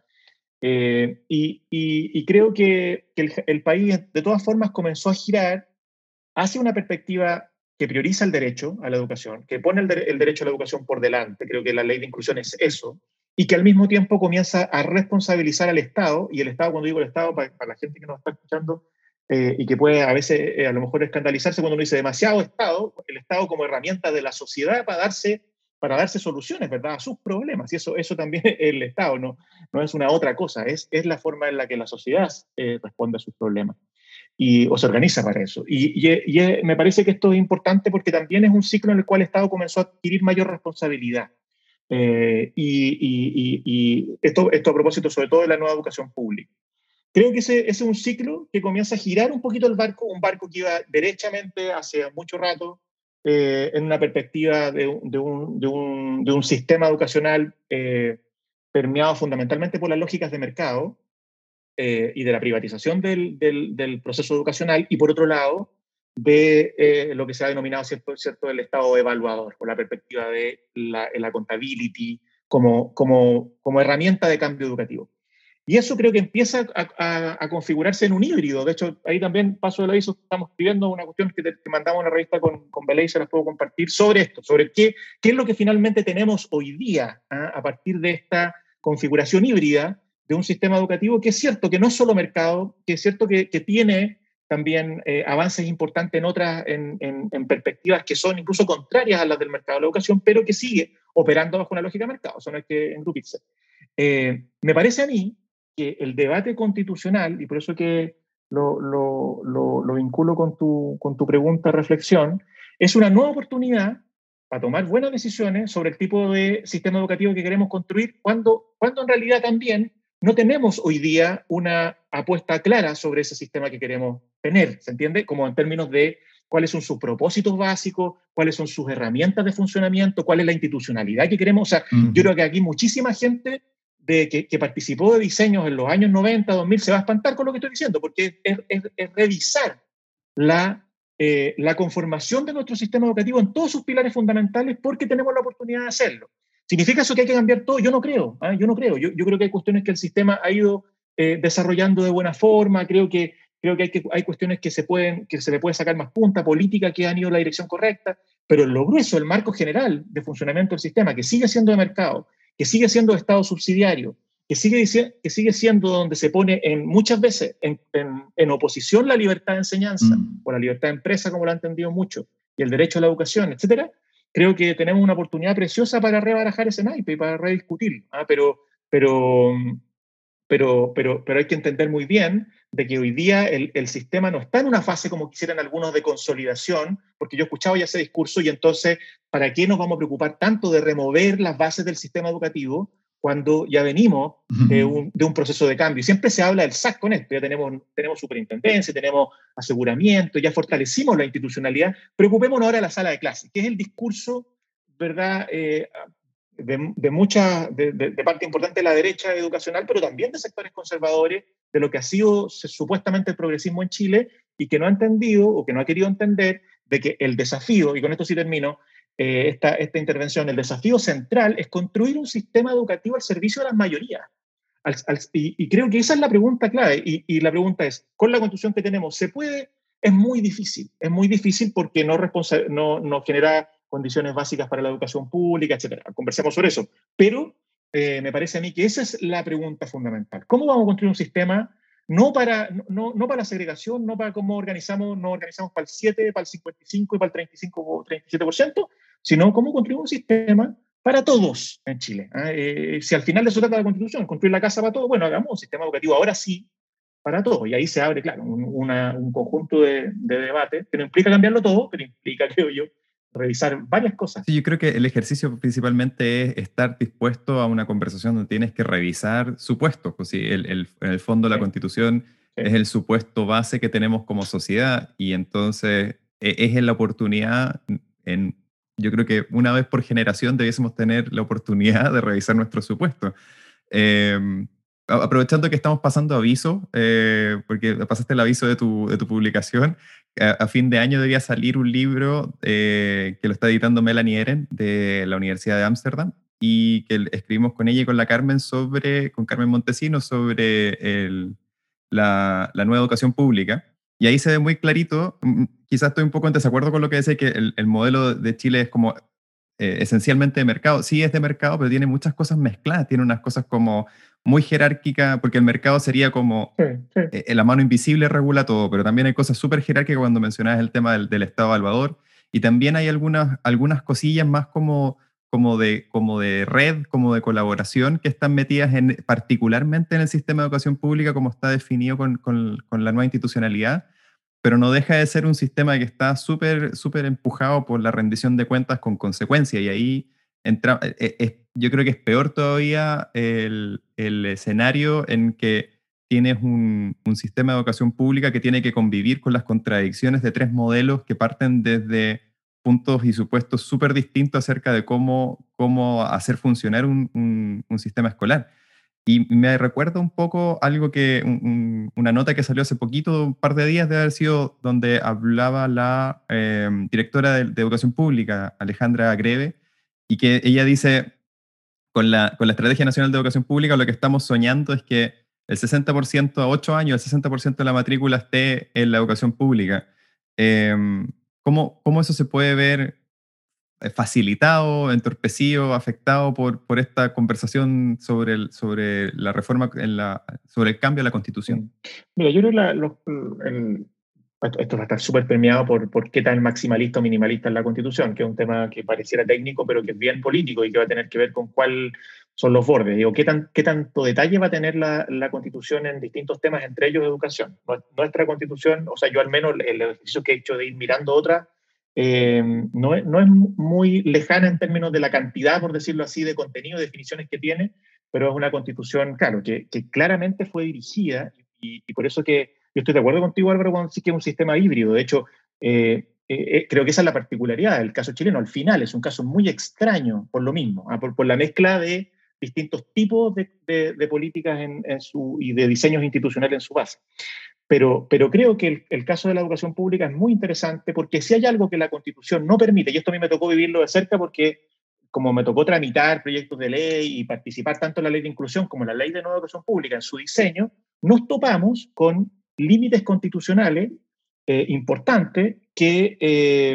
Eh, y, y, y, creo que, que el, el país, de todas formas, comenzó a girar hacia una perspectiva que prioriza el derecho a la educación, que pone el, de, el derecho a la educación por delante. Creo que la ley de inclusión es eso, y que al mismo tiempo comienza a responsabilizar al Estado, y el Estado, cuando digo el Estado, para, para la gente que nos está escuchando, eh, y que puede a veces, eh, a lo mejor, escandalizarse cuando uno dice demasiado Estado, el Estado como herramienta de la sociedad para darse para darse soluciones, ¿verdad?, a sus problemas. Y eso, eso también es el Estado, no, no es una otra cosa, es, es la forma en la que la sociedad eh, responde a sus problemas y, o se organiza para eso. Y, y, y me parece que esto es importante porque también es un ciclo en el cual el Estado comenzó a adquirir mayor responsabilidad. Eh, y y, y esto, esto a propósito sobre todo de la nueva educación pública. Creo que ese, ese es un ciclo que comienza a girar un poquito el barco, un barco que iba derechamente hace mucho rato, eh, en una perspectiva de, de, un, de, un, de un sistema educacional eh, permeado fundamentalmente por las lógicas de mercado eh, y de la privatización del, del, del proceso educacional, y por otro lado, de eh, lo que se ha denominado, ¿cierto?, ¿cierto?, el Estado evaluador, por la perspectiva de la, la accountability como, como, como herramienta de cambio educativo. Y eso creo que empieza a, a, a configurarse en un híbrido. De hecho, ahí también, paso del aviso, estamos escribiendo una cuestión que, te, que mandamos a una revista con, con Belén, se las puedo compartir, sobre esto, sobre qué, qué es lo que finalmente tenemos hoy día, ¿eh?, a partir de esta configuración híbrida de un sistema educativo que es cierto que no es solo mercado, que es cierto que, que tiene también eh, avances importantes en otras, en, en, en perspectivas que son incluso contrarias a las del mercado de la educación, pero que sigue operando bajo una lógica de mercado, eso no hay que engrupirse. Eh, me parece a mí que el debate constitucional, y por eso que lo, lo, lo, lo vinculo con tu, con tu pregunta, reflexión, es una nueva oportunidad para tomar buenas decisiones sobre el tipo de sistema educativo que queremos construir, cuando, cuando en realidad también no tenemos hoy día una apuesta clara sobre ese sistema que queremos tener, ¿se entiende? Como en términos de cuáles son sus propósitos básicos, cuáles son sus herramientas de funcionamiento, cuál es la institucionalidad que queremos. O sea, uh-huh. Yo creo que aquí muchísima gente de que, que participó de diseños en los años noventa, dos mil, se va a espantar con lo que estoy diciendo, porque es, es, es revisar la, eh, la conformación de nuestro sistema educativo en todos sus pilares fundamentales, porque tenemos la oportunidad de hacerlo. ¿Significa eso que hay que cambiar todo? Yo no creo, ¿eh? yo no creo. Yo, yo creo que hay cuestiones que el sistema ha ido eh, desarrollando de buena forma, creo que, creo que, hay, que hay cuestiones que se, pueden, que se le puede sacar más punta, política que han ido en la dirección correcta, pero en lo grueso, el marco general de funcionamiento del sistema, que sigue siendo de mercado, que sigue siendo de Estado subsidiario, que sigue, que sigue siendo donde se pone en, muchas veces en, en, en oposición la libertad de enseñanza, mm. o la libertad de empresa, como lo han entendido mucho, y el derecho a la educación, etcétera. Creo que tenemos una oportunidad preciosa para rebarajar ese naipe y para rediscutir, ¿ah? pero, pero, pero, pero, pero hay que entender muy bien de que hoy día el, el sistema no está en una fase como quisieran algunos de consolidación, porque yo he escuchado ya ese discurso, y entonces, ¿para qué nos vamos a preocupar tanto de remover las bases del sistema educativo cuando ya venimos de un, de un proceso de cambio? Y siempre se habla del S A C con esto, ya tenemos, tenemos superintendencia, tenemos aseguramiento, ya fortalecimos la institucionalidad, preocupémonos ahora de la sala de clases, que es el discurso, ¿verdad?, eh, de, de mucha, de, de, de parte importante de la derecha educacional, pero también de sectores conservadores, de lo que ha sido supuestamente el progresismo en Chile, y que no ha entendido, o que no ha querido entender, de que el desafío, y con esto sí termino, eh, esta, esta intervención, el desafío central es construir un sistema educativo al servicio de las mayorías. Al, al, y, y creo que esa es la pregunta clave, y, y la pregunta es, con la constitución que tenemos, ¿se puede? Es muy difícil, es muy difícil porque no, no, no genera condiciones básicas para la educación pública, etcétera. Conversemos sobre eso, pero eh, me parece a mí que esa es la pregunta fundamental. ¿Cómo vamos a construir un sistema no para, no, no para la segregación, no para cómo organizamos, no organizamos para el siete, para el cincuenta y cinco y para el treinta y cinco o treinta y siete por ciento, sino cómo construir un sistema para todos en Chile? ¿eh? Eh, si al final de eso trata la Constitución, construir la casa para todos, bueno, hagamos un sistema educativo ahora sí para todos. Y ahí se abre, claro, un, una, un conjunto de, de debates que no implica cambiarlo todo, pero implica, creo yo, revisar varias cosas. Sí, yo creo que el ejercicio principalmente es estar dispuesto a una conversación donde tienes que revisar supuestos. Pues sí, el, el, en el fondo la Sí, Constitución sí. es el supuesto base que tenemos como sociedad y entonces e- es en la oportunidad, en, yo creo que una vez por generación debiésemos tener la oportunidad de revisar nuestros supuestos. Eh, a- aprovechando que estamos pasando aviso, eh, porque pasaste el aviso de tu, de tu publicación, a, a fin de año debía salir un libro eh, que lo está editando Melanie Eren de la Universidad de Ámsterdam y que escribimos con ella y con la Carmen sobre, con Carmen Montesinos sobre el, la, la nueva educación pública. Y ahí se ve muy clarito, mm, quizás estoy un poco en desacuerdo con lo que dice, que el, el modelo de Chile es como eh, esencialmente de mercado. Sí es de mercado, pero tiene muchas cosas mezcladas, tiene unas cosas como muy jerárquicas, porque el mercado sería como Sí, sí. eh, la mano invisible regula todo, pero también hay cosas súper jerárquicas cuando mencionabas el tema del, del Estado evaluador, y también hay algunas, algunas cosillas más como, como, de, como de red, como de colaboración, que están metidas en, particularmente en el sistema de educación pública, como está definido con, con, con la nueva institucionalidad, pero no deja de ser un sistema que está súper súper empujado por la rendición de cuentas con consecuencia, y ahí entra, eh, eh, yo creo que es peor todavía el, el escenario en que tienes un, un sistema de educación pública que tiene que convivir con las contradicciones de tres modelos que parten desde puntos y supuestos súper distintos acerca de cómo, cómo hacer funcionar un, un, un sistema escolar. Y me recuerda un poco algo que, un- un- una nota que salió hace poquito, un par de días de haber sido, donde hablaba la eh, directora de, de Educación Pública, Alejandra Greve, y que ella dice, con la, con la Estrategia Nacional de Educación Pública, lo que estamos soñando es que el sesenta por ciento a ocho años, el sesenta por ciento de la matrícula esté en la educación pública. Eh, ¿cómo, cómo eso se puede ver eh, facilitado, entorpecido, afectado por, por esta conversación sobre, el, sobre la reforma, en la, sobre el cambio a la Constitución? Mm. Mira, yo creo que la- los- el- esto esto va a estar súper permeado por, por qué tan maximalista o minimalista es la Constitución, que es un tema que pareciera técnico, pero que es bien político y que va a tener que ver con cuál son los bordes. Digo, ¿qué, tan, qué tanto detalle va a tener la, la Constitución en distintos temas, entre ellos educación? Nuestra Constitución, o sea, yo al menos el ejercicio que he hecho de ir mirando otras, eh, no, es, no es muy lejana en términos de la cantidad, por decirlo así, de contenido, de definiciones que tiene, pero es una Constitución, claro, que, que claramente fue dirigida y, y por eso que yo estoy de acuerdo contigo, Álvaro, cuando dices que es un sistema híbrido. De hecho, eh, eh, creo que esa es la particularidad del caso chileno. Al final es un caso muy extraño por lo mismo, ¿ah? por, por la mezcla de distintos tipos de, de, de políticas en, en su, y de diseños institucionales en su base. Pero, pero creo que el, el caso de la educación pública es muy interesante porque si hay algo que la Constitución no permite, y esto a mí me tocó vivirlo de cerca porque como me tocó tramitar proyectos de ley y participar tanto en la ley de inclusión como en la ley de nueva educación pública en su diseño, nos topamos con límites constitucionales eh, importantes que, eh,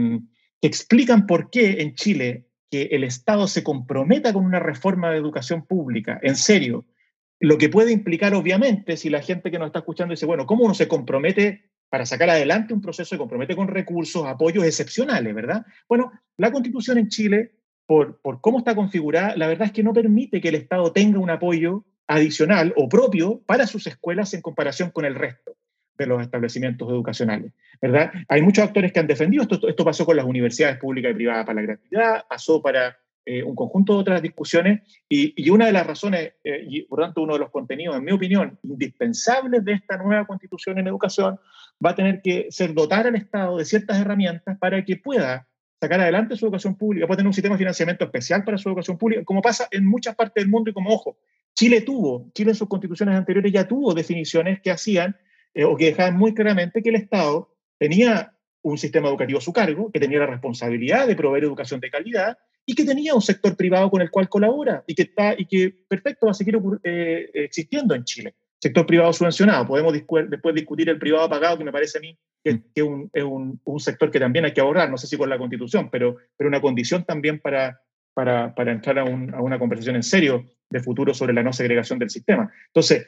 que explican por qué en Chile que el Estado se comprometa con una reforma de educación pública, en serio, lo que puede implicar obviamente si la gente que nos está escuchando dice, bueno, ¿cómo uno se compromete para sacar adelante un proceso, se compromete con recursos, apoyos excepcionales, ¿verdad? Bueno, la Constitución en Chile por, por cómo está configurada, la verdad es que no permite que el Estado tenga un apoyo adicional o propio para sus escuelas en comparación con el resto de los establecimientos educacionales, ¿verdad? Hay muchos actores que han defendido esto. Esto pasó con las universidades públicas y privadas para la gratuidad, pasó para eh, un conjunto de otras discusiones y, y una de las razones, eh, y por tanto uno de los contenidos, en mi opinión, indispensables de esta nueva constitución en educación va a tener que ser dotar al Estado de ciertas herramientas para que pueda sacar adelante su educación pública, puede tener un sistema de financiamiento especial para su educación pública, como pasa en muchas partes del mundo y como, ojo, Chile tuvo, Chile en sus constituciones anteriores ya tuvo definiciones que hacían eh, o que dejaban muy claramente que el Estado tenía un sistema educativo a su cargo, que tenía la responsabilidad de proveer educación de calidad y que tenía un sector privado con el cual colabora y que, está, y que perfecto va a seguir eh, existiendo en Chile. Sector privado subvencionado. Podemos discu después discutir el privado pagado, que me parece a mí que, que un, es un, un sector que también hay que abordar, no sé si con la Constitución, pero, pero una condición también para, para, para entrar a, un, a una conversación en serio de futuro sobre la no segregación del sistema. Entonces,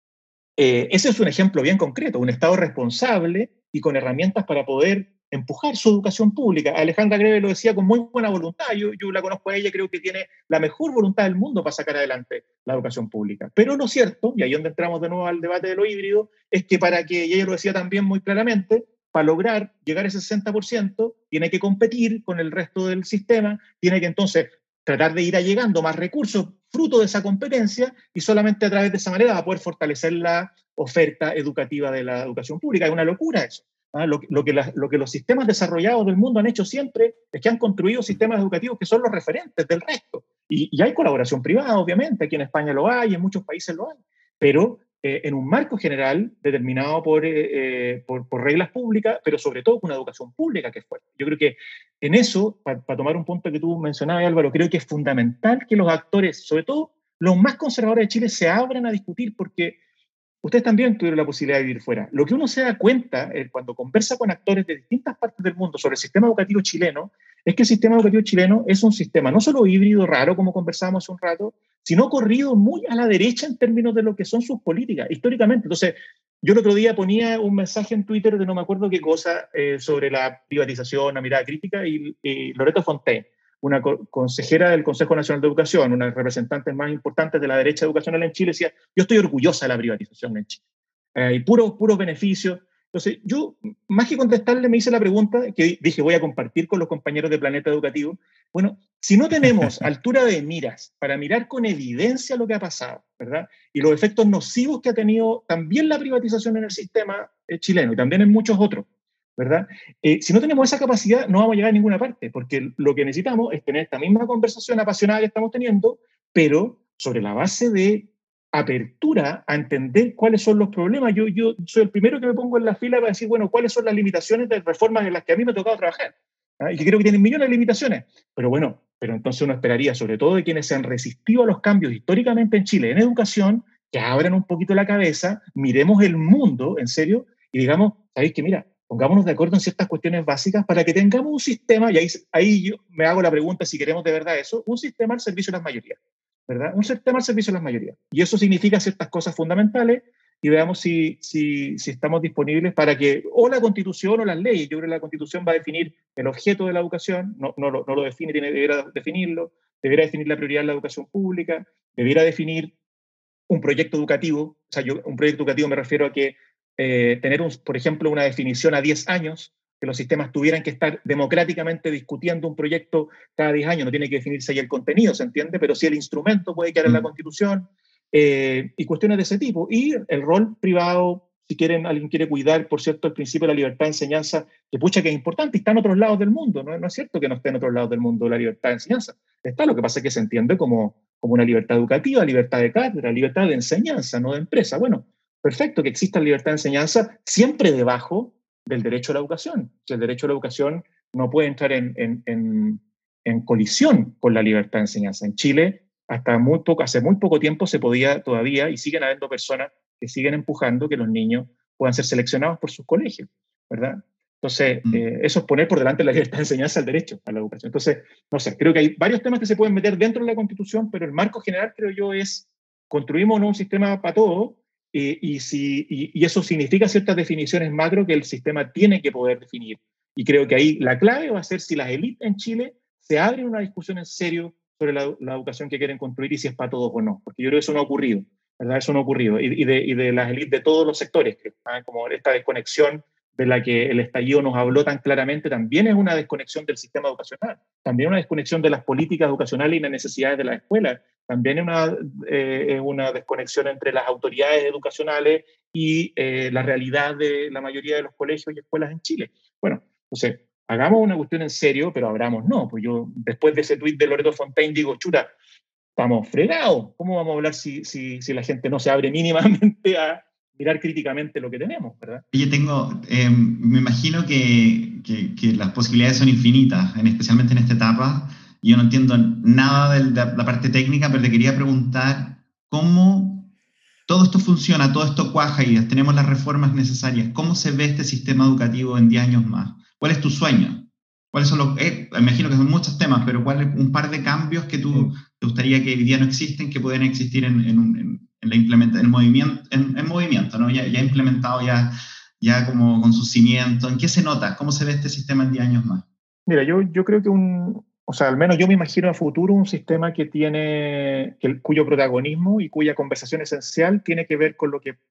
eh, ese es un ejemplo bien concreto, un Estado responsable y con herramientas para poder empujar su educación pública. Alejandra Greve lo decía con muy buena voluntad, yo, yo la conozco a ella, creo que tiene la mejor voluntad del mundo para sacar adelante la educación pública. Pero lo cierto, y ahí donde entramos de nuevo al debate de lo híbrido, es que para que, y ella lo decía también muy claramente, para lograr llegar a ese sesenta por ciento, tiene que competir con el resto del sistema, tiene que entonces tratar de ir allegando más recursos fruto de esa competencia y solamente a través de esa manera va a poder fortalecer la oferta educativa de la educación pública. Es una locura eso. ¿Ah? Lo, lo, que la, lo que los sistemas desarrollados del mundo han hecho siempre es que han construido sistemas educativos que son los referentes del resto. Y, y hay colaboración privada, obviamente, aquí en España lo hay, en muchos países lo hay, pero eh, en un marco general determinado por, eh, por, por reglas públicas, pero sobre todo con una educación pública que es fuerte. Yo creo que en eso, para pa tomar un punto que tú mencionabas, Álvaro, creo que es fundamental que los actores, sobre todo los más conservadores de Chile, se abran a discutir, porque ustedes también tuvieron la posibilidad de vivir fuera. Lo que uno se da cuenta eh, cuando conversa con actores de distintas partes del mundo sobre el sistema educativo chileno es que el sistema educativo chileno es un sistema no solo híbrido, raro, como conversábamos hace un rato, sino corrido muy a la derecha en términos de lo que son sus políticas, históricamente. Entonces, yo el otro día ponía un mensaje en Twitter de no me acuerdo qué cosa eh, sobre la privatización, la mirada crítica, y, y Loreto Fontaine, una co consejera del Consejo Nacional de Educación, una de las representantes más importantes de la derecha educacional en Chile, decía, yo estoy orgullosa de la privatización en Chile. Eh, y puros, puros beneficios. Entonces, yo, más que contestarle, me hice la pregunta que dije, voy a compartir con los compañeros de Planeta Educativo. Bueno, si no tenemos altura de miras para mirar con evidencia lo que ha pasado, ¿verdad? Y los efectos nocivos que ha tenido también la privatización en el sistema eh, chileno y también en muchos otros, ¿verdad? Eh, si no tenemos esa capacidad, no vamos a llegar a ninguna parte, porque lo que necesitamos es tener esta misma conversación apasionada que estamos teniendo, pero sobre la base de apertura a entender cuáles son los problemas. Yo, yo soy el primero que me pongo en la fila para decir, bueno, cuáles son las limitaciones de reformas en las que a mí me ha tocado trabajar, ¿ah? Y que creo que tienen millones de limitaciones, pero bueno, pero entonces uno esperaría, sobre todo de quienes se han resistido a los cambios históricamente en Chile en educación, que abran un poquito la cabeza, miremos el mundo, en serio, y digamos, ¿sabéis qué? Mira, pongámonos de acuerdo en ciertas cuestiones básicas para que tengamos un sistema, y ahí, ahí yo me hago la pregunta si queremos de verdad eso, un sistema al servicio de las mayorías, ¿verdad? Un sistema al servicio de las mayorías. Y eso significa ciertas cosas fundamentales y veamos si, si, si estamos disponibles para que o la Constitución o las leyes, yo creo que la Constitución va a definir el objeto de la educación, no, no, lo, no lo define, tiene, debiera definirlo, debiera definir la prioridad de la educación pública, debiera definir un proyecto educativo, o sea, yo, un proyecto educativo me refiero a que eh, tener, un, por ejemplo, una definición a diez años, que los sistemas tuvieran que estar democráticamente discutiendo un proyecto cada diez años, no tiene que definirse ahí el contenido, ¿se entiende? Pero sí el instrumento puede quedar en la Constitución, eh, y cuestiones de ese tipo. Y el rol privado, si quieren, alguien quiere cuidar, por cierto, el principio de la libertad de enseñanza, que pucha que es importante, y está en otros lados del mundo, ¿no? No es cierto que no esté en otros lados del mundo la libertad de enseñanza. Está, lo que pasa es que se entiende como, como una libertad educativa, libertad de cátedra, libertad de enseñanza, no de empresa. Bueno, perfecto que exista libertad de enseñanza, siempre debajo del derecho a la educación. Que el derecho a la educación no puede entrar en, en, en, en colisión con la libertad de enseñanza. En Chile, hasta muy poco, hace muy poco tiempo se podía todavía, y siguen habiendo personas que siguen empujando que los niños puedan ser seleccionados por sus colegios, ¿verdad? Entonces, eh, eso es poner por delante la libertad de enseñanza al derecho a la educación. Entonces, no sé, creo que hay varios temas que se pueden meter dentro de la Constitución, pero el marco general, creo yo, es construimos ¿no? un sistema para todo, eh, y, si, y, y eso significa ciertas definiciones macro que el sistema tiene que poder definir. Y creo que ahí la clave va a ser si las élites en Chile se abren una discusión en serio sobre la, la educación que quieren construir y si es para todos o no, porque yo creo que eso no ha ocurrido, ¿verdad? Eso no ha ocurrido. Y, y, de, y de las élites de todos los sectores, que, ¿ah? como esta desconexión de la que el estallido nos habló tan claramente, también es una desconexión del sistema educacional, también una desconexión de las políticas educacionales y las necesidades de las escuelas, también es una, eh, una desconexión entre las autoridades educacionales y eh, la realidad de la mayoría de los colegios y escuelas en Chile. Bueno, entonces, hagamos una cuestión en serio, pero abramos no. Pues yo, después de ese tuit de Loreto Fontaine, digo, chuta, estamos fregados. ¿Cómo vamos a hablar si, si, si la gente no se abre mínimamente a mirar críticamente lo que tenemos, ¿verdad? Yo tengo, eh, me imagino que, que, que las posibilidades son infinitas, en, especialmente en esta etapa. Yo no entiendo nada de la, la parte técnica, pero te quería preguntar cómo todo esto funciona, todo esto cuaja y tenemos las reformas necesarias. ¿Cómo se ve este sistema educativo en diez años más? ¿Cuál es tu sueño? ¿Cuáles son los, eh, me imagino que son muchos temas, pero ¿cuál es un par de cambios que tú te gustaría que hoy día no existen, que pueden existir en, en, en, en la implementa, en movimiento, en, en movimiento, ¿no? Ya, ya implementado, ya, ya como con sus cimientos? ¿En qué se nota? ¿Cómo se ve este sistema en diez años más? Mira, yo, yo creo que un, o sea, al menos yo me imagino a futuro un sistema que tiene, que, cuyo protagonismo y cuya conversación esencial tiene que ver con lo que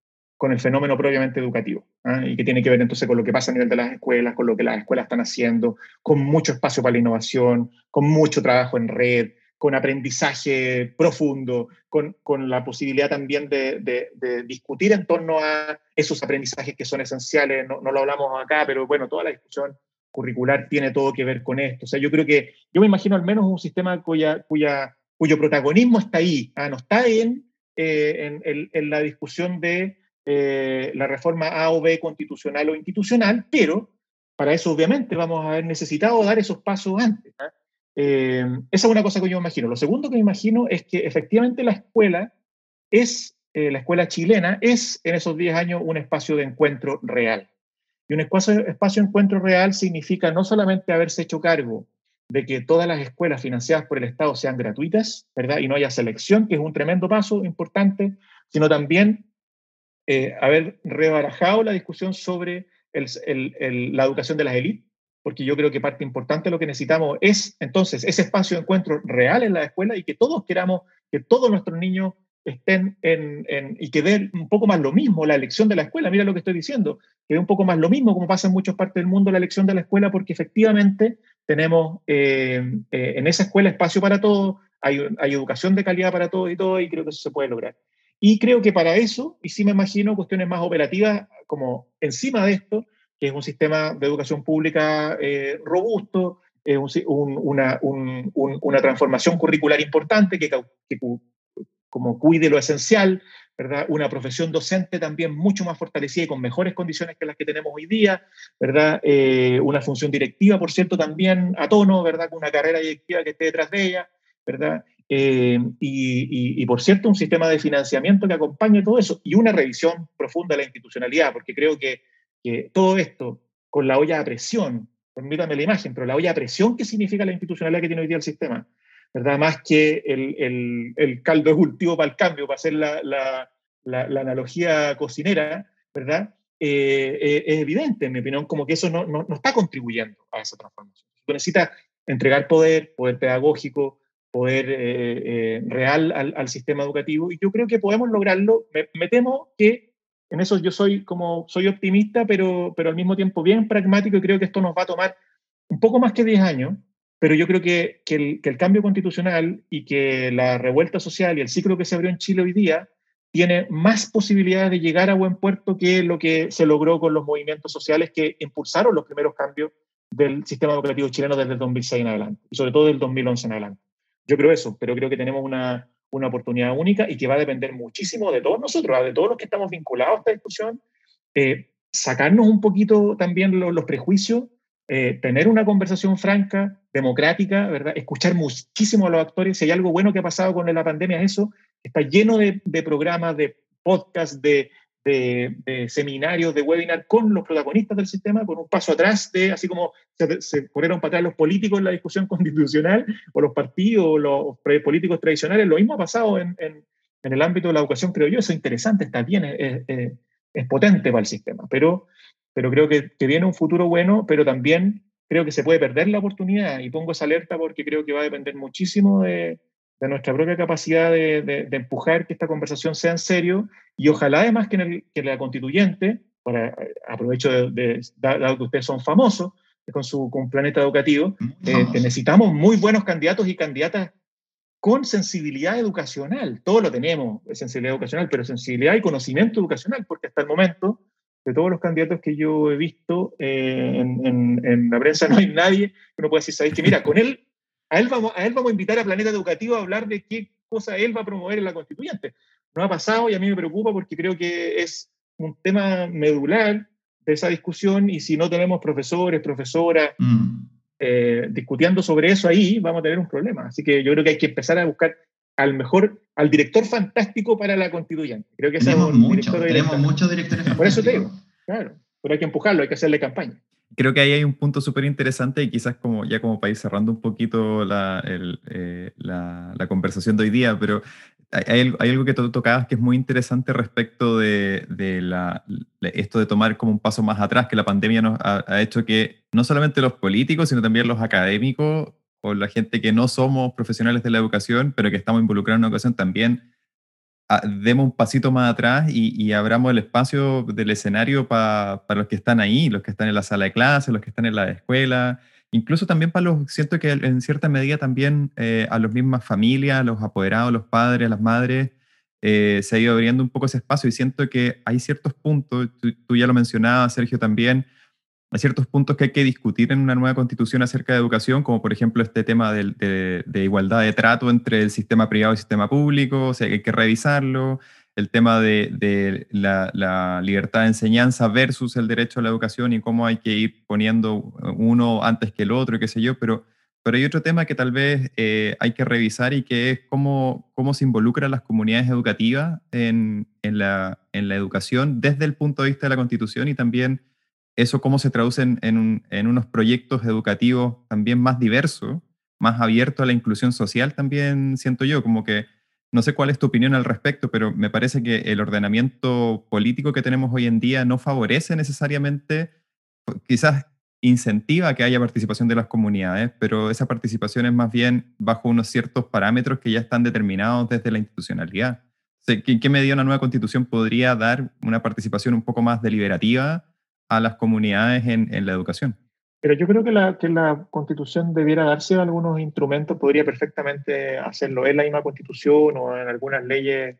con el fenómeno propiamente educativo, ¿eh? Y que tiene que ver entonces con lo que pasa a nivel de las escuelas, con lo que las escuelas están haciendo, con mucho espacio para la innovación, con mucho trabajo en red, con aprendizaje profundo, con, con la posibilidad también de, de, de discutir en torno a esos aprendizajes que son esenciales. No, no lo hablamos acá, pero bueno, toda la discusión curricular tiene todo que ver con esto. O sea, yo creo que, yo me imagino al menos un sistema cuya, cuya, cuyo protagonismo está ahí, ¿ah? No está en, eh, en, en, en la discusión de eh, la reforma A o B constitucional o institucional, pero para eso obviamente vamos a haber necesitado dar esos pasos antes, ¿ah? Eh, esa es una cosa que yo me imagino. Lo segundo que me imagino es que efectivamente la escuela es, eh, la escuela chilena es en esos diez años un espacio de encuentro real. Y un espacio, espacio de encuentro real significa no solamente haberse hecho cargo de que todas las escuelas financiadas por el Estado sean gratuitas, ¿verdad? Y no haya selección, que es un tremendo paso importante, sino también eh, haber rebarajado la discusión sobre el, el, el, la educación de las élites, porque yo creo que parte importante de lo que necesitamos es entonces ese espacio de encuentro real en la escuela y que todos queramos que todos nuestros niños estén en, en, y que den un poco más lo mismo la elección de la escuela. Mira lo que estoy diciendo, que dé un poco más lo mismo, como pasa en muchas partes del mundo, la elección de la escuela, porque efectivamente tenemos eh, eh, en esa escuela espacio para todos, hay, hay educación de calidad para todos y todo, y creo que eso se puede lograr. Y creo que para eso, y sí me imagino cuestiones más operativas, como encima de esto, que es un sistema de educación pública eh, robusto, eh, un, un, una, un, un, una transformación curricular importante que, que como cuide lo esencial, ¿verdad? Una profesión docente también mucho más fortalecida y con mejores condiciones que las que tenemos hoy día, ¿verdad? Eh, una función directiva, por cierto, también a tono, ¿verdad? Con una carrera directiva que esté detrás de ella, ¿verdad? Eh, y, y, y, por cierto, un sistema de financiamiento que acompañe todo eso y una revisión profunda de la institucionalidad, porque creo que, que todo esto, con la olla a presión, permítame la imagen, pero la olla a presión que significa la institucionalidad que tiene hoy día el sistema, ¿verdad? Más que el, el, el caldo de cultivo para el cambio, para hacer la, la, la, la analogía cocinera, ¿verdad? Eh, eh, es evidente, en mi opinión, como que eso no, no, no está contribuyendo a esa transformación. Tú necesitas entregar poder, poder pedagógico, poder eh, eh, real al, al sistema educativo, y yo creo que podemos lograrlo. Me, me temo que en eso yo soy, como, soy optimista, pero, pero al mismo tiempo bien pragmático, y creo que esto nos va a tomar un poco más que diez años, pero yo creo que, que, el, que el cambio constitucional y que la revuelta social y el ciclo que se abrió en Chile hoy día tiene más posibilidades de llegar a buen puerto que lo que se logró con los movimientos sociales que impulsaron los primeros cambios del sistema educativo chileno desde el dos mil seis en adelante, y sobre todo del dos mil once en adelante. Yo creo eso, pero creo que tenemos una, una oportunidad única y que va a depender muchísimo de todos nosotros, de todos los que estamos vinculados a esta discusión, eh, sacarnos un poquito también los, los prejuicios, eh, tener una conversación franca, democrática, ¿verdad? Escuchar muchísimo a los actores. Si hay algo bueno que ha pasado con la pandemia es eso, está lleno de, de programas, de podcasts, de, de, de seminarios, de webinars con los protagonistas del sistema, con un paso atrás de, así como se, se ponieron para atrás los políticos en la discusión constitucional, o los partidos, o los políticos tradicionales. Lo mismo ha pasado en, en, en el ámbito de la educación, creo yo. Eso es interesante, está bien, es, es, es potente para el sistema, pero, pero creo que, que viene un futuro bueno, pero también creo que se puede perder la oportunidad, y pongo esa alerta porque creo que va a depender muchísimo de, de nuestra propia capacidad de, de, de empujar que esta conversación sea en serio, y ojalá además que, en el, que la constituyente, para, aprovecho de, de, dado que ustedes son famosos con su con Planeta Educativo, eh, que necesitamos muy buenos candidatos y candidatas con sensibilidad educacional. Todo lo tenemos, sensibilidad educacional, pero sensibilidad y conocimiento educacional, porque hasta el momento, de todos los candidatos que yo he visto eh, en, en, en la prensa, no hay nadie que no pueda decir, ¿sabéis que mira, con él, a él, vamos, a él vamos a invitar a Planeta Educativo a hablar de qué cosa él va a promover en la constituyente? No ha pasado, y a mí me preocupa porque creo que es un tema medular de esa discusión, y si no tenemos profesores, profesoras, mm. eh, discutiendo sobre eso ahí, vamos a tener un problema. Así que yo creo que hay que empezar a buscar al mejor, al director fantástico para la constituyente. Creo que tenemos es un mucho, tenemos muchos directores fantásticos. Por eso te digo, claro, pero hay que empujarlo, hay que hacerle campaña. Creo que ahí hay un punto súper interesante, y quizás como ya como para ir cerrando un poquito la, el, eh, la, la conversación de hoy día, pero hay, hay algo que tú tocabas que es muy interesante respecto de, de la, esto de tomar como un paso más atrás, que la pandemia nos ha, ha hecho que no solamente los políticos, sino también los académicos o la gente que no somos profesionales de la educación, pero que estamos involucrados en la educación, también a, demos un pasito más atrás y, y abramos el espacio del escenario pa, para los que están ahí, los que están en la sala de clase, los que están en la escuela, incluso también para los, siento que en cierta medida también eh, a las mismas familias, a los apoderados, los padres, las madres, eh, se ha ido abriendo un poco ese espacio y siento que hay ciertos puntos, tú, tú ya lo mencionabas, Sergio, también, hay ciertos puntos que hay que discutir en una nueva constitución acerca de educación, como por ejemplo este tema de, de, de igualdad de trato entre el sistema privado y el sistema público, o sea, hay que revisarlo, el tema de, de la, la libertad de enseñanza versus el derecho a la educación y cómo hay que ir poniendo uno antes que el otro, y qué sé yo, pero, pero hay otro tema que tal vez eh, hay que revisar y que es cómo, cómo se involucran las comunidades educativas en, en, la, en la educación desde el punto de vista de la constitución y también eso cómo se traduce en, en, un, en unos proyectos educativos también más diversos, más abiertos a la inclusión social también, siento yo, como que no sé cuál es tu opinión al respecto, pero me parece que el ordenamiento político que tenemos hoy en día no favorece necesariamente, quizás incentiva que haya participación de las comunidades, pero esa participación es más bien bajo unos ciertos parámetros que ya están determinados desde la institucionalidad. ¿En qué medida una nueva constitución podría dar una participación un poco más deliberativa a las comunidades en, en la educación? Pero yo creo que la, que la Constitución debiera darse algunos instrumentos, podría perfectamente hacerlo en la misma Constitución o en algunas leyes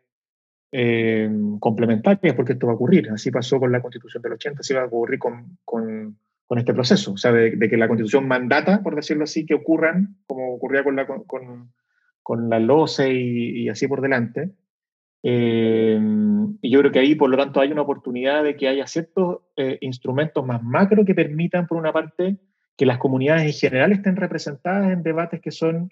eh, complementarias, porque esto va a ocurrir. Así pasó con la Constitución del ochenta, así va a ocurrir con, con, con este proceso. O sea, de, de que la Constitución mandata, por decirlo así, que ocurran, como ocurría con la, con, con la LOCE y, y así por delante. Eh, y yo creo que ahí, por lo tanto, hay una oportunidad de que haya ciertos eh, instrumentos más macro que permitan, por una parte, que las comunidades en general estén representadas en debates que son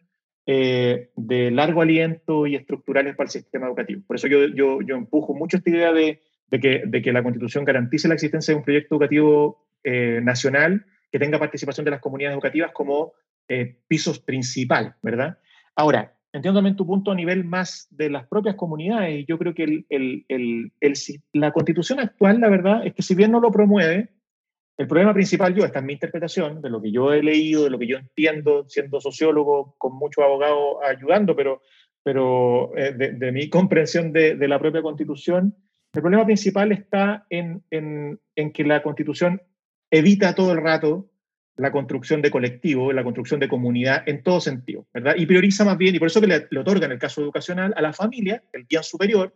eh, de largo aliento y estructurales para el sistema educativo. Por eso yo, yo, yo empujo mucho esta idea de, de, que, de que la Constitución garantice la existencia de un proyecto educativo eh, nacional que tenga participación de las comunidades educativas como eh, pisos principal, ¿verdad? Ahora, entiendo también tu punto a nivel más de las propias comunidades, y yo creo que el, el, el, el, la Constitución actual, la verdad, es que si bien no lo promueve, el problema principal, yo, esta es mi interpretación, de lo que yo he leído, de lo que yo entiendo, siendo sociólogo, con muchos abogados ayudando, pero, pero eh, de, de mi comprensión de, de la propia Constitución, el problema principal está en, en, en que la Constitución evita todo el rato la construcción de colectivo, la construcción de comunidad en todo sentido, ¿verdad? Y prioriza más bien, y por eso que le, le otorga en el caso educacional a la familia, el bien superior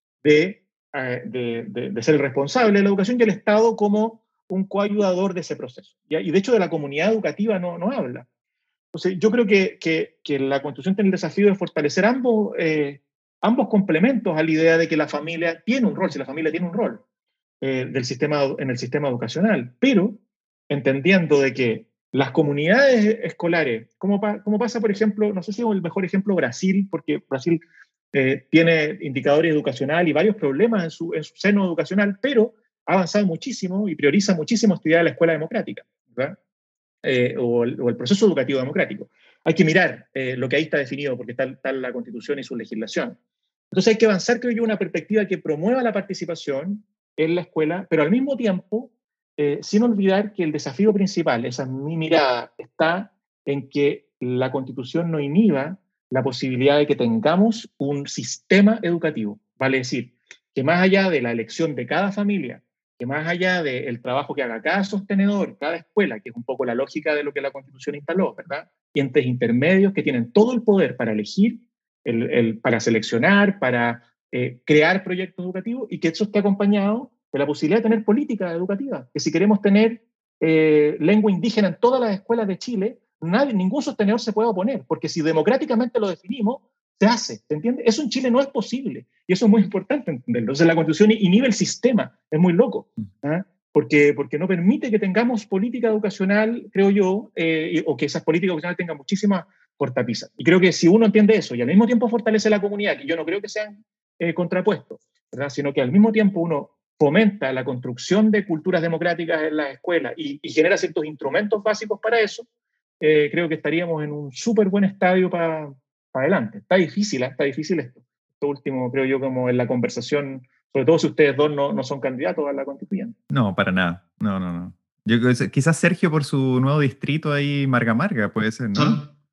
de, eh, de, de, de ser el responsable de la educación y el Estado como un coayudador de ese proceso. ¿Ya? Y de hecho de la comunidad educativa no, no habla. Entonces yo creo que, que, que la Constitución tiene el desafío de fortalecer ambos, eh, ambos complementos a la idea de que la familia tiene un rol, si la familia tiene un rol eh, del sistema, en el sistema educacional, pero entendiendo de que las comunidades escolares, como, pa, como pasa, por ejemplo, no sé si es el mejor ejemplo Brasil, porque Brasil eh, tiene indicadores educacionales y varios problemas en su, en su seno educacional, pero ha avanzado muchísimo y prioriza muchísimo estudiar la escuela democrática, ¿verdad? Eh, o, el, o el proceso educativo democrático. Hay que mirar eh, lo que ahí está definido, porque está, está la Constitución y su legislación. Entonces hay que avanzar, creo yo, una perspectiva que promueva la participación en la escuela, pero al mismo tiempo Eh, sin olvidar que el desafío principal, esa es mi mirada, está en que la Constitución no inhiba la posibilidad de que tengamos un sistema educativo. Vale decir, que más allá de la elección de cada familia, que más allá del trabajo que haga cada sostenedor, cada escuela, que es un poco la lógica de lo que la Constitución instaló, ¿verdad? Y entes intermedios que tienen todo el poder para elegir, el, el, para seleccionar, para eh, crear proyectos educativos y que eso esté acompañado de la posibilidad de tener política educativa, que si queremos tener eh, lengua indígena en todas las escuelas de Chile, nadie, ningún sostenedor se puede oponer, porque si democráticamente lo definimos, se hace, ¿se entiende? Eso en Chile no es posible, y eso es muy importante entenderlo. Entonces la Constitución inhibe el sistema, es muy loco, ¿eh? porque, porque no permite que tengamos política educacional, creo yo, eh, o que esas políticas educacionales tengan muchísimas cortapisas. Y creo que si uno entiende eso y al mismo tiempo fortalece la comunidad, que yo no creo que sean eh, contrapuestos, ¿verdad? Sino que al mismo tiempo uno fomenta la construcción de culturas democráticas en las escuelas y, y genera ciertos instrumentos básicos para eso, eh, creo que estaríamos en un súper buen estadio para pa adelante. Está difícil, ¿eh? Está difícil esto. Esto último, creo yo, como en la conversación, sobre todo si ustedes dos no, no son candidatos a la constituyente. No, para nada. No, no, no. Yo, quizás Sergio por su nuevo distrito ahí, Marga Marga, puede ser, ¿no? Son,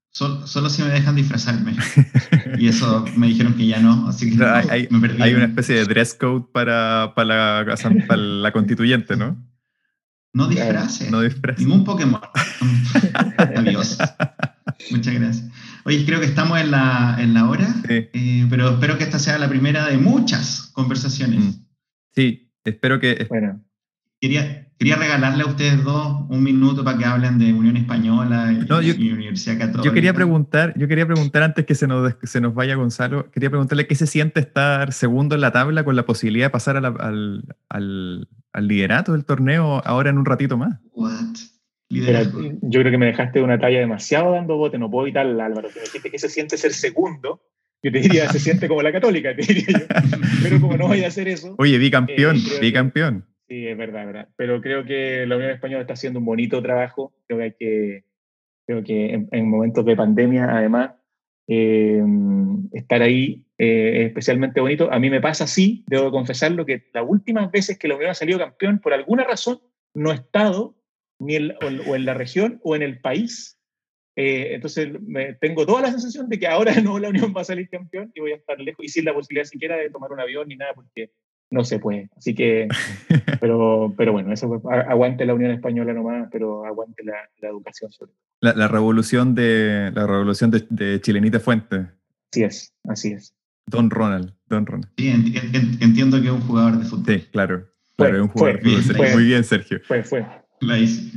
Solo, solo si me dejan disfrazarme. Y eso me dijeron que ya no, así que no, hay, hay, me perdí. hay una especie de dress code para, para, la, para la constituyente, ¿no? No Claro. disfraces. No disfraces. Ningún Pokémon. Adiós. Muchas gracias. Oye, creo que estamos en la, en la hora, Sí. eh, pero espero que esta sea la primera de muchas conversaciones. Mm. Sí, espero que... Bueno. Quería, quería regalarle a ustedes dos un minuto para que hablen de Unión Española y, No, yo, y Universidad Católica. Yo quería preguntar, yo quería preguntar antes que se nos, se nos vaya Gonzalo, quería preguntarle qué se siente estar segundo en la tabla con la posibilidad de pasar a la, al, al, al liderato del torneo ahora en un ratito más. What? Pero yo creo que me dejaste una talla demasiado dando bote, no puedo evitarla, Álvaro. Si me dijiste que se siente ser segundo, yo te diría, se siente como la Católica, te diría yo. Pero como no voy a hacer eso... Oye, bicampeón, eh, bicampeón. Sí, es verdad, verdad. Pero creo que la Unión Española está haciendo un bonito trabajo. Creo que hay que, creo que en, en momentos de pandemia, además, eh, estar ahí eh, es especialmente bonito. A mí me pasa así, debo confesarlo, que las últimas veces que la Unión ha salido campeón, por alguna razón, no he estado ni en, o, o en la región o en el país. Eh, entonces me, tengo toda la sensación de que ahora no la Unión va a salir campeón y voy a estar lejos y sin la posibilidad siquiera de tomar un avión ni nada, porque no se puede. Así que, pero, pero bueno, eso aguante la Unión Española nomás, pero aguante la, la educación sobre todo. La, la revolución de la revolución de, de Chilenita Fuentes. Así es, así es. Don Ronald, Don Ronald. Sí, ent, ent, entiendo que es un jugador de fútbol. Sí, claro. Claro, fue, es un jugador fue, de fútbol. fue, Muy bien, Sergio. Fue, fue. La hice.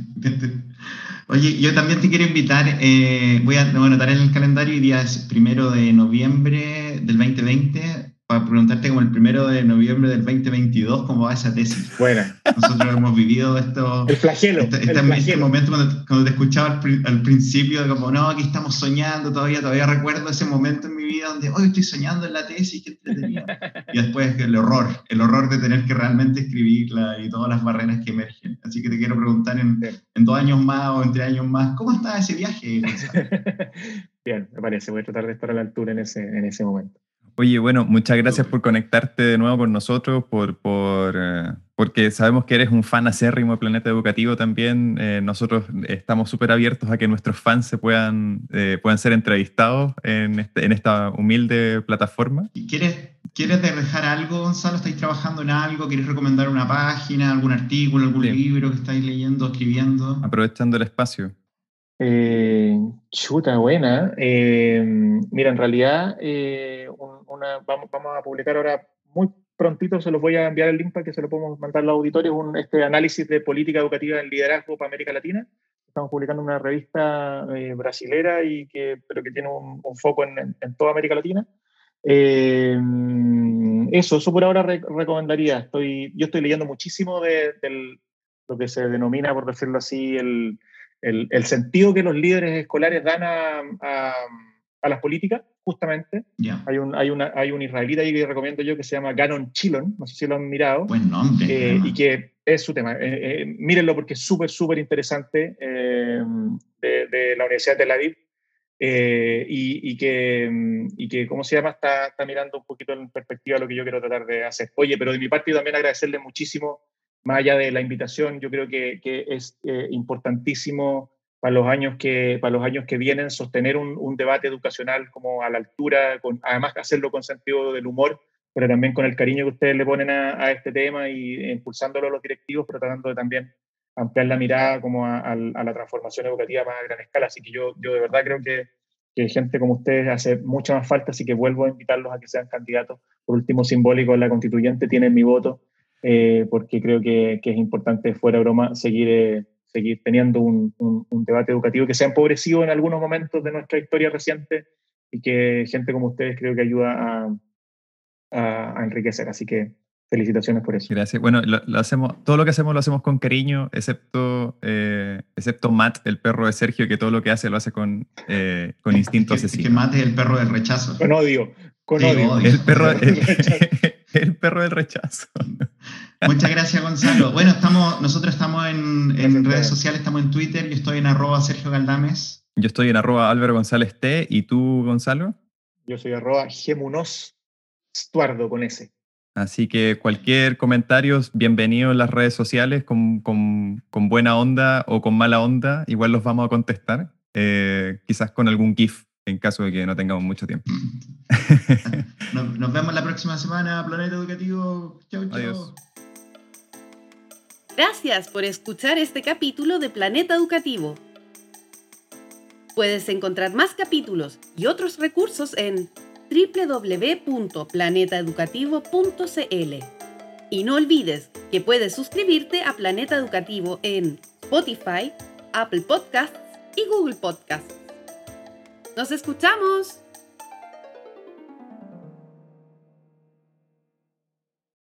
Oye, yo también te quiero invitar, eh, voy a, voy a anotar en el calendario, y día es primero de noviembre del veinte veinte, para preguntarte como el primero de noviembre del veinte veintidós cómo va esa tesis. Buena. Nosotros hemos vivido esto. El flagelo. Este, este, el flagelo. este momento cuando, cuando te escuchaba al, al principio, como no, aquí estamos soñando todavía, todavía recuerdo ese momento en mi vida donde hoy estoy soñando en la tesis, qué entretenido. Y después el horror, el horror de tener que realmente escribirla y todas las barreras que emergen. Así que te quiero preguntar en, sí. en dos años más o en tres años más, ¿cómo está ese viaje, Gonzalo? Bien, me parece, voy a tratar de estar a la altura en ese, en ese momento. Oye, bueno, muchas gracias por conectarte de nuevo con nosotros, por, por, eh, porque sabemos que eres un fan acérrimo de Planeta Educativo también. Eh, nosotros estamos súper abiertos a que nuestros fans se puedan, eh, puedan ser entrevistados en, este, en esta humilde plataforma. ¿Quieres, ¿Quieres dejar algo, Gonzalo? ¿Estáis trabajando en algo? ¿Quieres recomendar una página, algún artículo, algún sí. libro que estáis leyendo, escribiendo? Aprovechando el espacio. Eh, chuta, buena. Eh, mira, en realidad eh, una, vamos, vamos a publicar ahora muy prontito, se los voy a enviar el link para que se lo podamos mandar a los auditores, un este análisis de política educativa en liderazgo para América Latina. Estamos publicando una revista eh, brasilera, y que, pero que tiene un, un foco en, en, en toda América Latina. Eh, eso, eso por ahora re recomendaría. Estoy, yo estoy leyendo muchísimo de, de lo que se denomina, por decirlo así, el... El, el sentido que los líderes escolares dan a, a, a las políticas, justamente. Yeah. Hay, un, hay, una, hay un israelita ahí que recomiendo yo que se llama Gannon Chilon, no sé si lo han mirado. Buen nombre. Eh, y que es su tema. Eh, eh, mírenlo porque es súper, súper interesante, eh, de, de la Universidad de Tel Aviv. Eh, y, y, que, y que, ¿cómo se llama? Está, está mirando un poquito en perspectiva lo que yo quiero tratar de hacer. Oye, pero de mi parte también agradecerle muchísimo. Más allá de la invitación, yo creo que, que es eh, importantísimo para los años que, para los años que vienen sostener un, un debate educacional como a la altura, con, además hacerlo con sentido del humor, pero también con el cariño que ustedes le ponen a, a este tema y impulsándolo a los directivos, pero tratando de también ampliar la mirada como a, a, a la transformación educativa más a gran escala. Así que yo, yo de verdad creo que, que gente como ustedes hace mucha más falta, así que vuelvo a invitarlos a que sean candidatos. Por último, simbólico en la constituyente, tienen mi voto. Eh, porque creo que, que es importante, fuera de broma, seguir, eh, seguir teniendo un, un, un debate educativo que se ha empobrecido en algunos momentos de nuestra historia reciente, y que gente como ustedes creo que ayuda a, a, a enriquecer. Así que felicitaciones por eso. Gracias. Bueno, lo, lo hacemos, todo lo que hacemos lo hacemos con cariño, excepto, eh, excepto Matt, el perro de Sergio, que todo lo que hace lo hace con, eh, con instinto es que, asesino. Es que Matt es el perro del rechazo. Con odio. Con sí, odio. odio. El perro, el, el perro del rechazo. Muchas gracias, Gonzalo. Bueno, estamos, nosotros estamos en, en redes sociales, estamos en Twitter. Yo estoy en arroba Sergio Galdames. Yo estoy en arroba Álvaro González T. ¿Y tú, Gonzalo? Yo soy arroba Gemunos Stuardo con S. Así que cualquier comentario, bienvenido en las redes sociales, con, con, con buena onda o con mala onda, igual los vamos a contestar. eh, quizás con algún GIF en caso de que no tengamos mucho tiempo. Nos, nos vemos la próxima semana, Planeta Educativo. Chau, chau. Adiós. Gracias por escuchar este capítulo de Planeta Educativo. Puedes encontrar más capítulos y otros recursos en doble u doble u doble u punto planeta educativo punto c l. Y no olvides que puedes suscribirte a Planeta Educativo en Spotify, Apple Podcasts y Google Podcasts. ¡Nos escuchamos!